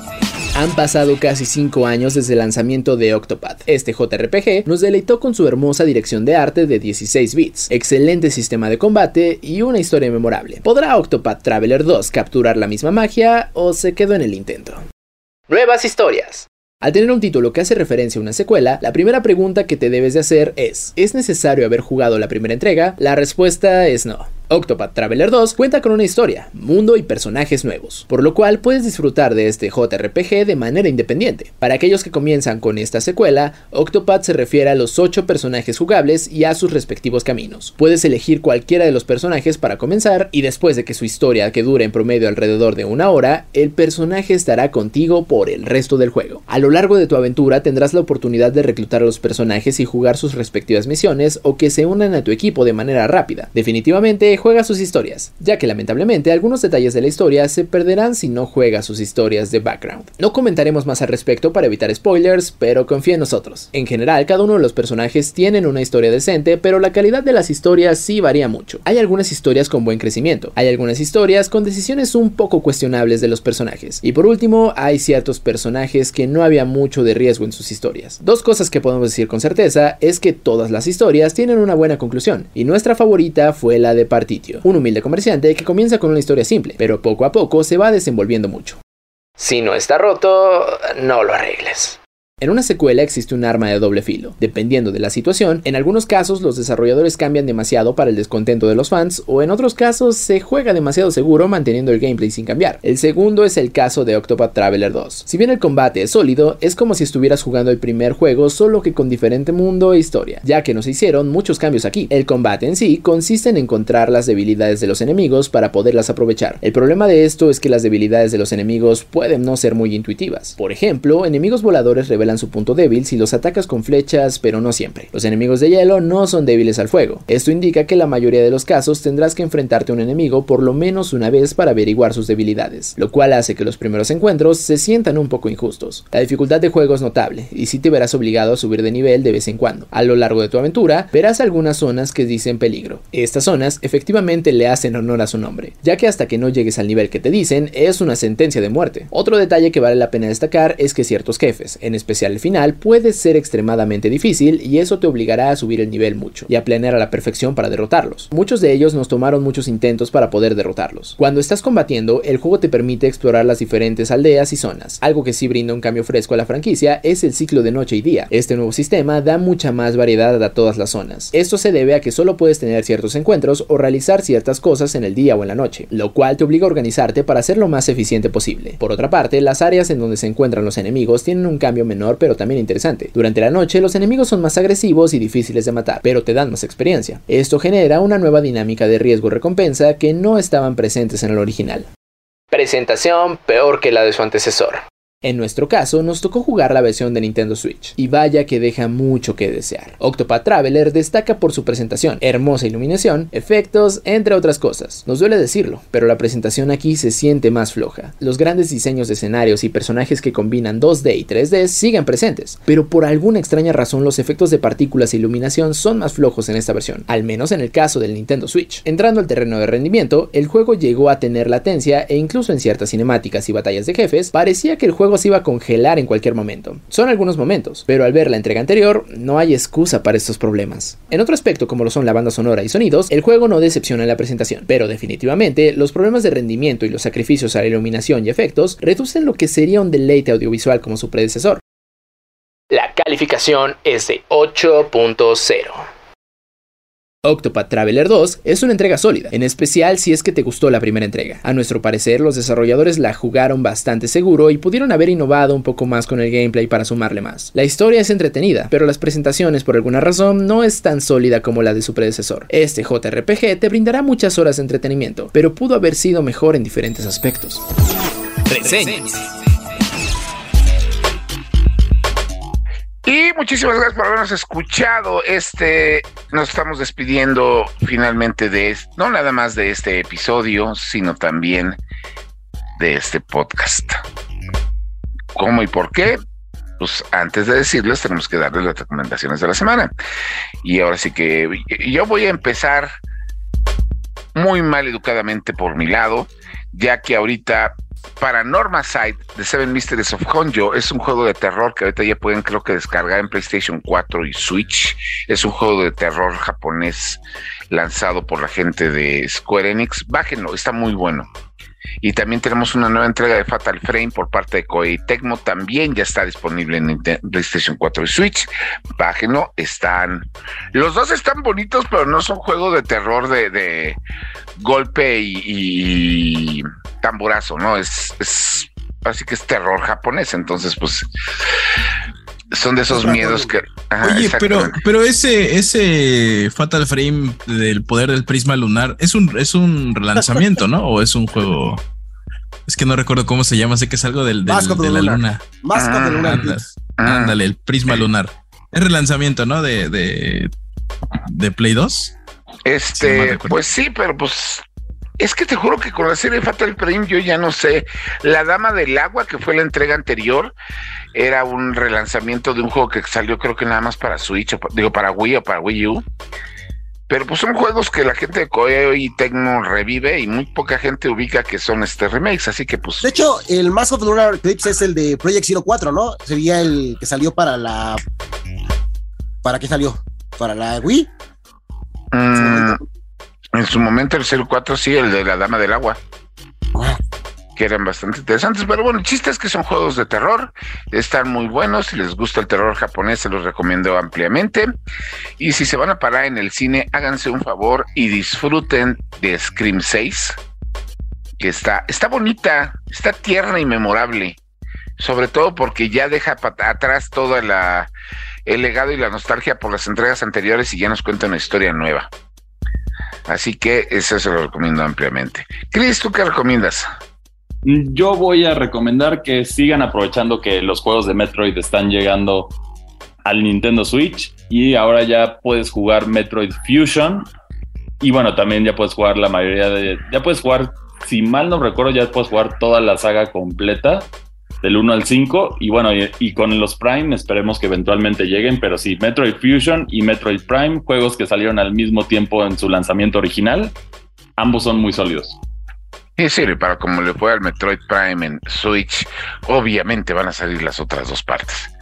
S2: Han pasado casi cinco años desde el lanzamiento de Octopath. Este J R P G nos deleitó con su hermosa dirección de arte de dieciséis bits, excelente sistema de combate y una historia memorable. ¿Podrá Octopath Traveler dos capturar la misma magia o se quedó en el intento? Nuevas historias. Al tener un título que hace referencia a una secuela, la primera pregunta que te debes de hacer es, ¿es necesario haber jugado la primera entrega? La respuesta es no. Octopath Traveler dos cuenta con una historia, mundo y personajes nuevos, por lo cual puedes disfrutar de este J R P G de manera independiente. Para aquellos que comienzan con esta secuela, Octopath se refiere a los ocho personajes jugables y a sus respectivos caminos. Puedes elegir cualquiera de los personajes para comenzar y después de que su historia, que dura en promedio alrededor de una hora, el personaje estará contigo por el resto del juego. A lo largo de tu aventura tendrás la oportunidad de reclutar a los personajes y jugar sus respectivas misiones o que se unan a tu equipo de manera rápida. Definitivamente juega sus historias, ya que lamentablemente algunos detalles de la historia se perderán si no juegas sus historias de background. No comentaremos más al respecto para evitar spoilers, pero confía en nosotros. En general, cada uno de los personajes tienen una historia decente, pero la calidad de las historias sí varía mucho. Hay algunas historias con buen crecimiento, hay algunas historias con decisiones un poco cuestionables de los personajes, y por último, hay ciertos personajes que no había mucho de riesgo en sus historias. Dos cosas que podemos decir con certeza es que todas las historias tienen una buena conclusión, y nuestra favorita fue la de Partitio, un humilde comerciante que comienza con una historia simple, pero poco a poco se va desenvolviendo mucho. Si no está roto, no lo arregles. En una secuela existe un arma de doble filo. Dependiendo de la situación, en algunos casos los desarrolladores cambian demasiado para el descontento de los fans, o en otros casos se juega demasiado seguro manteniendo el gameplay sin cambiar. El segundo es el caso de Octopath Traveler dos. Si bien el combate es sólido, es como si estuvieras jugando el primer juego solo que con diferente mundo e historia, ya que nos hicieron muchos cambios aquí. El combate en sí consiste en encontrar las debilidades de los enemigos para poderlas aprovechar. El problema de esto es que las debilidades de los enemigos pueden no ser muy intuitivas. Por ejemplo, enemigos voladores revelan su punto débil si los atacas con flechas, pero no siempre. Los enemigos de hielo no son débiles al fuego. Esto indica que en la mayoría de los casos tendrás que enfrentarte a un enemigo por lo menos una vez para averiguar sus debilidades, lo cual hace que los primeros encuentros se sientan un poco injustos. La dificultad de juego es notable, y sí te verás obligado a subir de nivel de vez en cuando. A lo largo de tu aventura, verás algunas zonas que dicen peligro. Estas zonas efectivamente le hacen honor a su nombre, ya que hasta que no llegues al nivel que te dicen, es una sentencia de muerte. Otro detalle que vale la pena destacar es que ciertos jefes, en especial especial el final, puede ser extremadamente difícil y eso te obligará a subir el nivel mucho y a planear a la perfección para derrotarlos. Muchos de ellos nos tomaron muchos intentos para poder derrotarlos. Cuando estás combatiendo, el juego te permite explorar las diferentes aldeas y zonas. Algo que sí brinda un cambio fresco a la franquicia es el ciclo de noche y día. Este nuevo sistema da mucha más variedad a todas las zonas. Esto se debe a que solo puedes tener ciertos encuentros o realizar ciertas cosas en el día o en la noche, lo cual te obliga a organizarte para ser lo más eficiente posible. Por otra parte, las áreas en donde se encuentran los enemigos tienen un cambio menor pero también interesante. Durante la noche los enemigos son más agresivos y difíciles de matar, pero te dan más experiencia. Esto genera una nueva dinámica de riesgo-recompensa que no estaban presentes en el original. Presentación peor que la de su antecesor. En nuestro caso, nos tocó jugar la versión de Nintendo Switch, y vaya que deja mucho que desear. Octopath Traveler destaca por su presentación, hermosa iluminación, efectos, entre otras cosas. Nos duele decirlo, pero la presentación aquí se siente más floja. Los grandes diseños de escenarios y personajes que combinan dos D y tres D siguen presentes, pero por alguna extraña razón los efectos de partículas e iluminación son más flojos en esta versión, al menos en el caso del Nintendo Switch. Entrando al terreno de rendimiento, el juego llegó a tener latencia e incluso en ciertas cinemáticas y batallas de jefes, parecía que el juego se iba a congelar en cualquier momento. Son algunos momentos, pero al ver la entrega anterior, no hay excusa para estos problemas. En otro aspecto, como lo son la banda sonora y sonidos, el juego no decepciona en la presentación, pero definitivamente los problemas de rendimiento y los sacrificios a la iluminación y efectos reducen lo que sería un deleite audiovisual como su predecesor. La calificación es de ocho punto cero. Octopath Traveler dos es una entrega sólida, en especial si es que te gustó la primera entrega. A nuestro parecer, los desarrolladores la jugaron bastante seguro y pudieron haber innovado un poco más con el gameplay para sumarle más. La historia es entretenida, pero las presentaciones por alguna razón no es tan sólida como la de su predecesor. Este J R P G te brindará muchas horas de entretenimiento, pero pudo haber sido mejor en diferentes aspectos. Reseñas.
S1: Y muchísimas gracias por habernos escuchado. Este, nos estamos despidiendo finalmente de, no nada más de este episodio, sino también de este podcast. ¿Cómo y por qué? Pues antes de decirles, tenemos que darles las recomendaciones de la semana. Y ahora sí que yo voy a empezar muy mal educadamente por mi lado, ya que ahorita Paranormacide The Seven Mysteries of Honjo es un juego de terror que ahorita ya pueden, creo que, descargar en PlayStation cuatro y Switch. Es un juego de terror japonés lanzado por la gente de Square Enix. Bájenlo, está muy bueno. Y también tenemos una nueva entrega de Fatal Frame por parte de Koei Tecmo. También ya está disponible en PlayStation cuatro y Switch. Bájenlo, están... Los dos están bonitos, pero no son juegos de terror de, de golpe y, y tamburazo, ¿no? Es, es... Así que es terror japonés, entonces pues... Son de esos miedos que... Ajá,
S4: oye, pero, pero ese, ese Fatal Frame del poder del prisma lunar es un, es un relanzamiento, ¿no? ¿O es un juego? Es que no recuerdo cómo se llama, sé que es algo del, del de la luna.
S5: Más ah, de luna.
S4: Ándale, ah, ándale, el prisma lunar. Es relanzamiento, ¿no? De, de, de Play dos.
S1: Este, si pues sí, pero pues... Es que te juro que con la serie Fatal Frame yo ya no sé. La Dama del Agua, que fue la entrega anterior, era un relanzamiento de un juego que salió creo que nada más para Switch, o, digo para Wii o para Wii U. Pero pues son juegos que la gente de Koei Tecmo revive y muy poca gente ubica que son este remakes, así que pues...
S5: De hecho, el Mask of the Lunar Eclipse es el de Project Zero cuatro, ¿no? Sería el que salió para la... ¿Para qué salió? ¿Para la Wii?
S1: Mm, en su momento el Zero cuatro sí, el de la Dama del Agua. Wow. Que eran bastante interesantes, pero bueno, el chiste es que son juegos de terror, están muy buenos. Si les gusta el terror japonés, se los recomiendo ampliamente. Y si se van a parar en el cine, háganse un favor y disfruten de Scream seis, que está, está bonita, está tierna y memorable, sobre todo porque ya deja atrás toda la el legado y la nostalgia por las entregas anteriores y ya nos cuenta una historia nueva. Así que eso se lo recomiendo ampliamente. Chris, ¿tú qué recomiendas?
S3: Yo voy a recomendar que sigan aprovechando que los juegos de Metroid están llegando al Nintendo Switch y ahora ya puedes jugar Metroid Fusion y bueno, también ya puedes jugar la mayoría de... Ya puedes jugar, si mal no recuerdo, ya puedes jugar toda la saga completa del uno al cinco y bueno, y, y con los Prime esperemos que eventualmente lleguen, pero sí, Metroid Fusion y Metroid Prime, juegos que salieron al mismo tiempo en su lanzamiento original, ambos son muy sólidos.
S1: Y sí, para como le fue al Metroid Prime en Switch, obviamente van a salir las otras dos partes.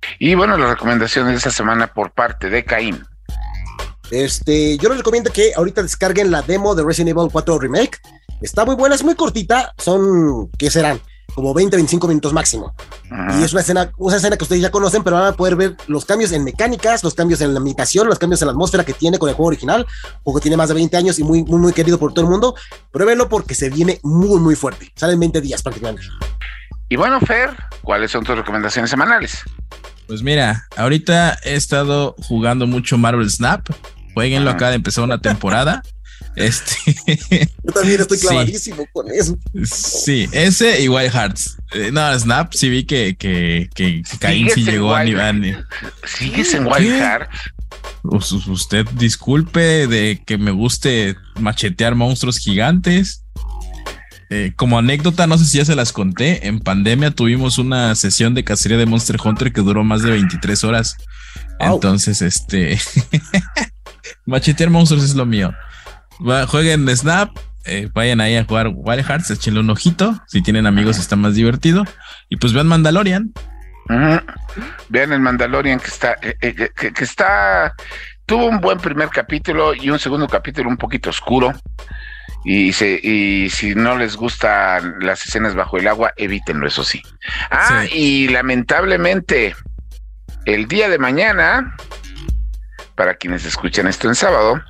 S1: Y bueno, las recomendaciones de esta semana por parte de Caín.
S5: Este, yo les recomiendo que ahorita descarguen la demo de Resident Evil cuatro Remake. Está muy buena, es muy cortita, son, ¿qué serán? Como veinte, veinticinco minutos máximo. Uh-huh. Y es una escena, una escena que ustedes ya conocen, pero van a poder ver los cambios en mecánicas, los cambios en la ambientación, los cambios en la atmósfera que tiene con el juego original, porque tiene más de veinte años y muy, muy, muy querido por todo el mundo. Pruébenlo porque se viene muy, muy fuerte. Sale en veinte días prácticamente.
S1: Y bueno, Fer, ¿cuáles son tus recomendaciones semanales?
S4: Pues mira, ahorita he estado jugando mucho Marvel Snap. Jueguenlo, uh-huh. Acaba de empezar una temporada. Este.
S5: Yo también estoy clavadísimo sí. con eso.
S4: Sí, ese y Wild Hearts. Eh, no, Snap sí vi que, que, que Caín sí llegó a nivel.
S1: ¿Sigues en Wild Hearts?
S4: Usted disculpe de que me guste machetear monstruos gigantes. Eh, como anécdota, no sé si ya se las conté. En pandemia tuvimos una sesión de cacería de Monster Hunter que duró más de veintitrés horas. Oh. Entonces, este. machetear monstruos es lo mío. Va, jueguen Snap, eh, vayan ahí a jugar Wild Hearts, échenle un ojito, si tienen amigos está más divertido, y pues vean Mandalorian.
S1: Uh-huh. Vean el Mandalorian que está, eh, eh, que, que está, tuvo un buen primer capítulo y un segundo capítulo un poquito oscuro, y, se, y si no les gustan las escenas bajo el agua, evítenlo, eso sí. Ah, sí. Y lamentablemente, el día de mañana, para quienes escuchan esto en sábado,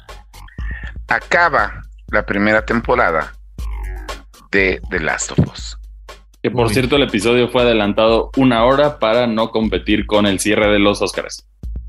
S1: acaba la primera temporada de The Last of Us.
S3: Que por Uy. cierto, el episodio fue adelantado una hora para no competir con el cierre de los Óscares.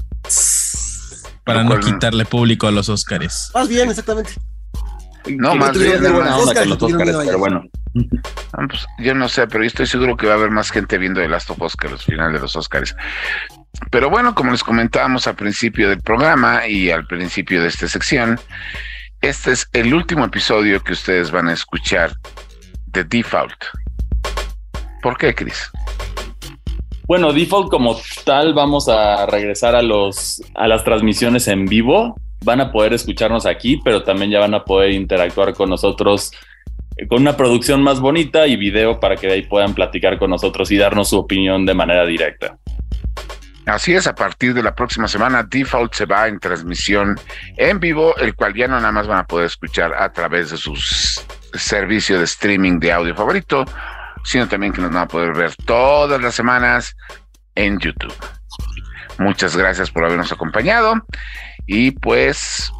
S4: Para no quitarle público a los Óscares.
S5: Más bien, exactamente.
S1: No, más bien.
S3: De buena onda con los Óscares, pero bueno.
S1: Ah, pues, yo no sé, pero yo estoy seguro que va a haber más gente viendo The Last of Us que los finales de los Óscares. Pero bueno, como les comentábamos al principio del programa y al principio de esta sección, este es el último episodio que ustedes van a escuchar de Default. ¿Por qué, Chris?
S3: Bueno, Default como tal, vamos a regresar a los a las transmisiones en vivo. Van a poder escucharnos aquí, pero también ya van a poder interactuar con nosotros con una producción más bonita y video para que de ahí puedan platicar con nosotros y darnos su opinión de manera directa.
S1: Así es, a partir de la próxima semana, Default se va en transmisión en vivo, el cual ya no nada más van a poder escuchar a través de su servicio de streaming de audio favorito, sino también que nos van a poder ver todas las semanas en YouTube. Muchas gracias por habernos acompañado y pues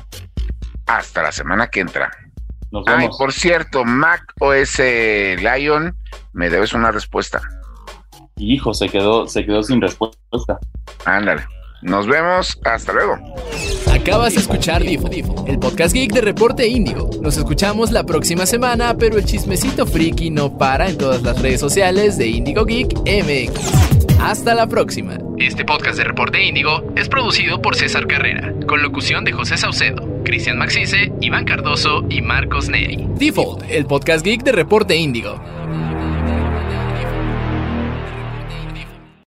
S1: hasta la semana que entra.
S3: Nos vemos.
S1: Ay, por cierto, Mac O S Lion, me debes una respuesta.
S3: Hijo, se quedó, se quedó sin respuesta.
S1: Ándale. Nos vemos. Hasta luego.
S2: Acabas de escuchar Default, el podcast geek de Reporte Índigo. Nos escuchamos la próxima semana, pero el chismecito friki no para en todas las redes sociales de Índigo Geek M X. Hasta la próxima. Este podcast de Reporte Índigo es producido por César Carrera, con locución de José Saucedo, Cristian Maxice, Iván Cardoso y Marcos Neri. Default, el podcast geek de Reporte Índigo.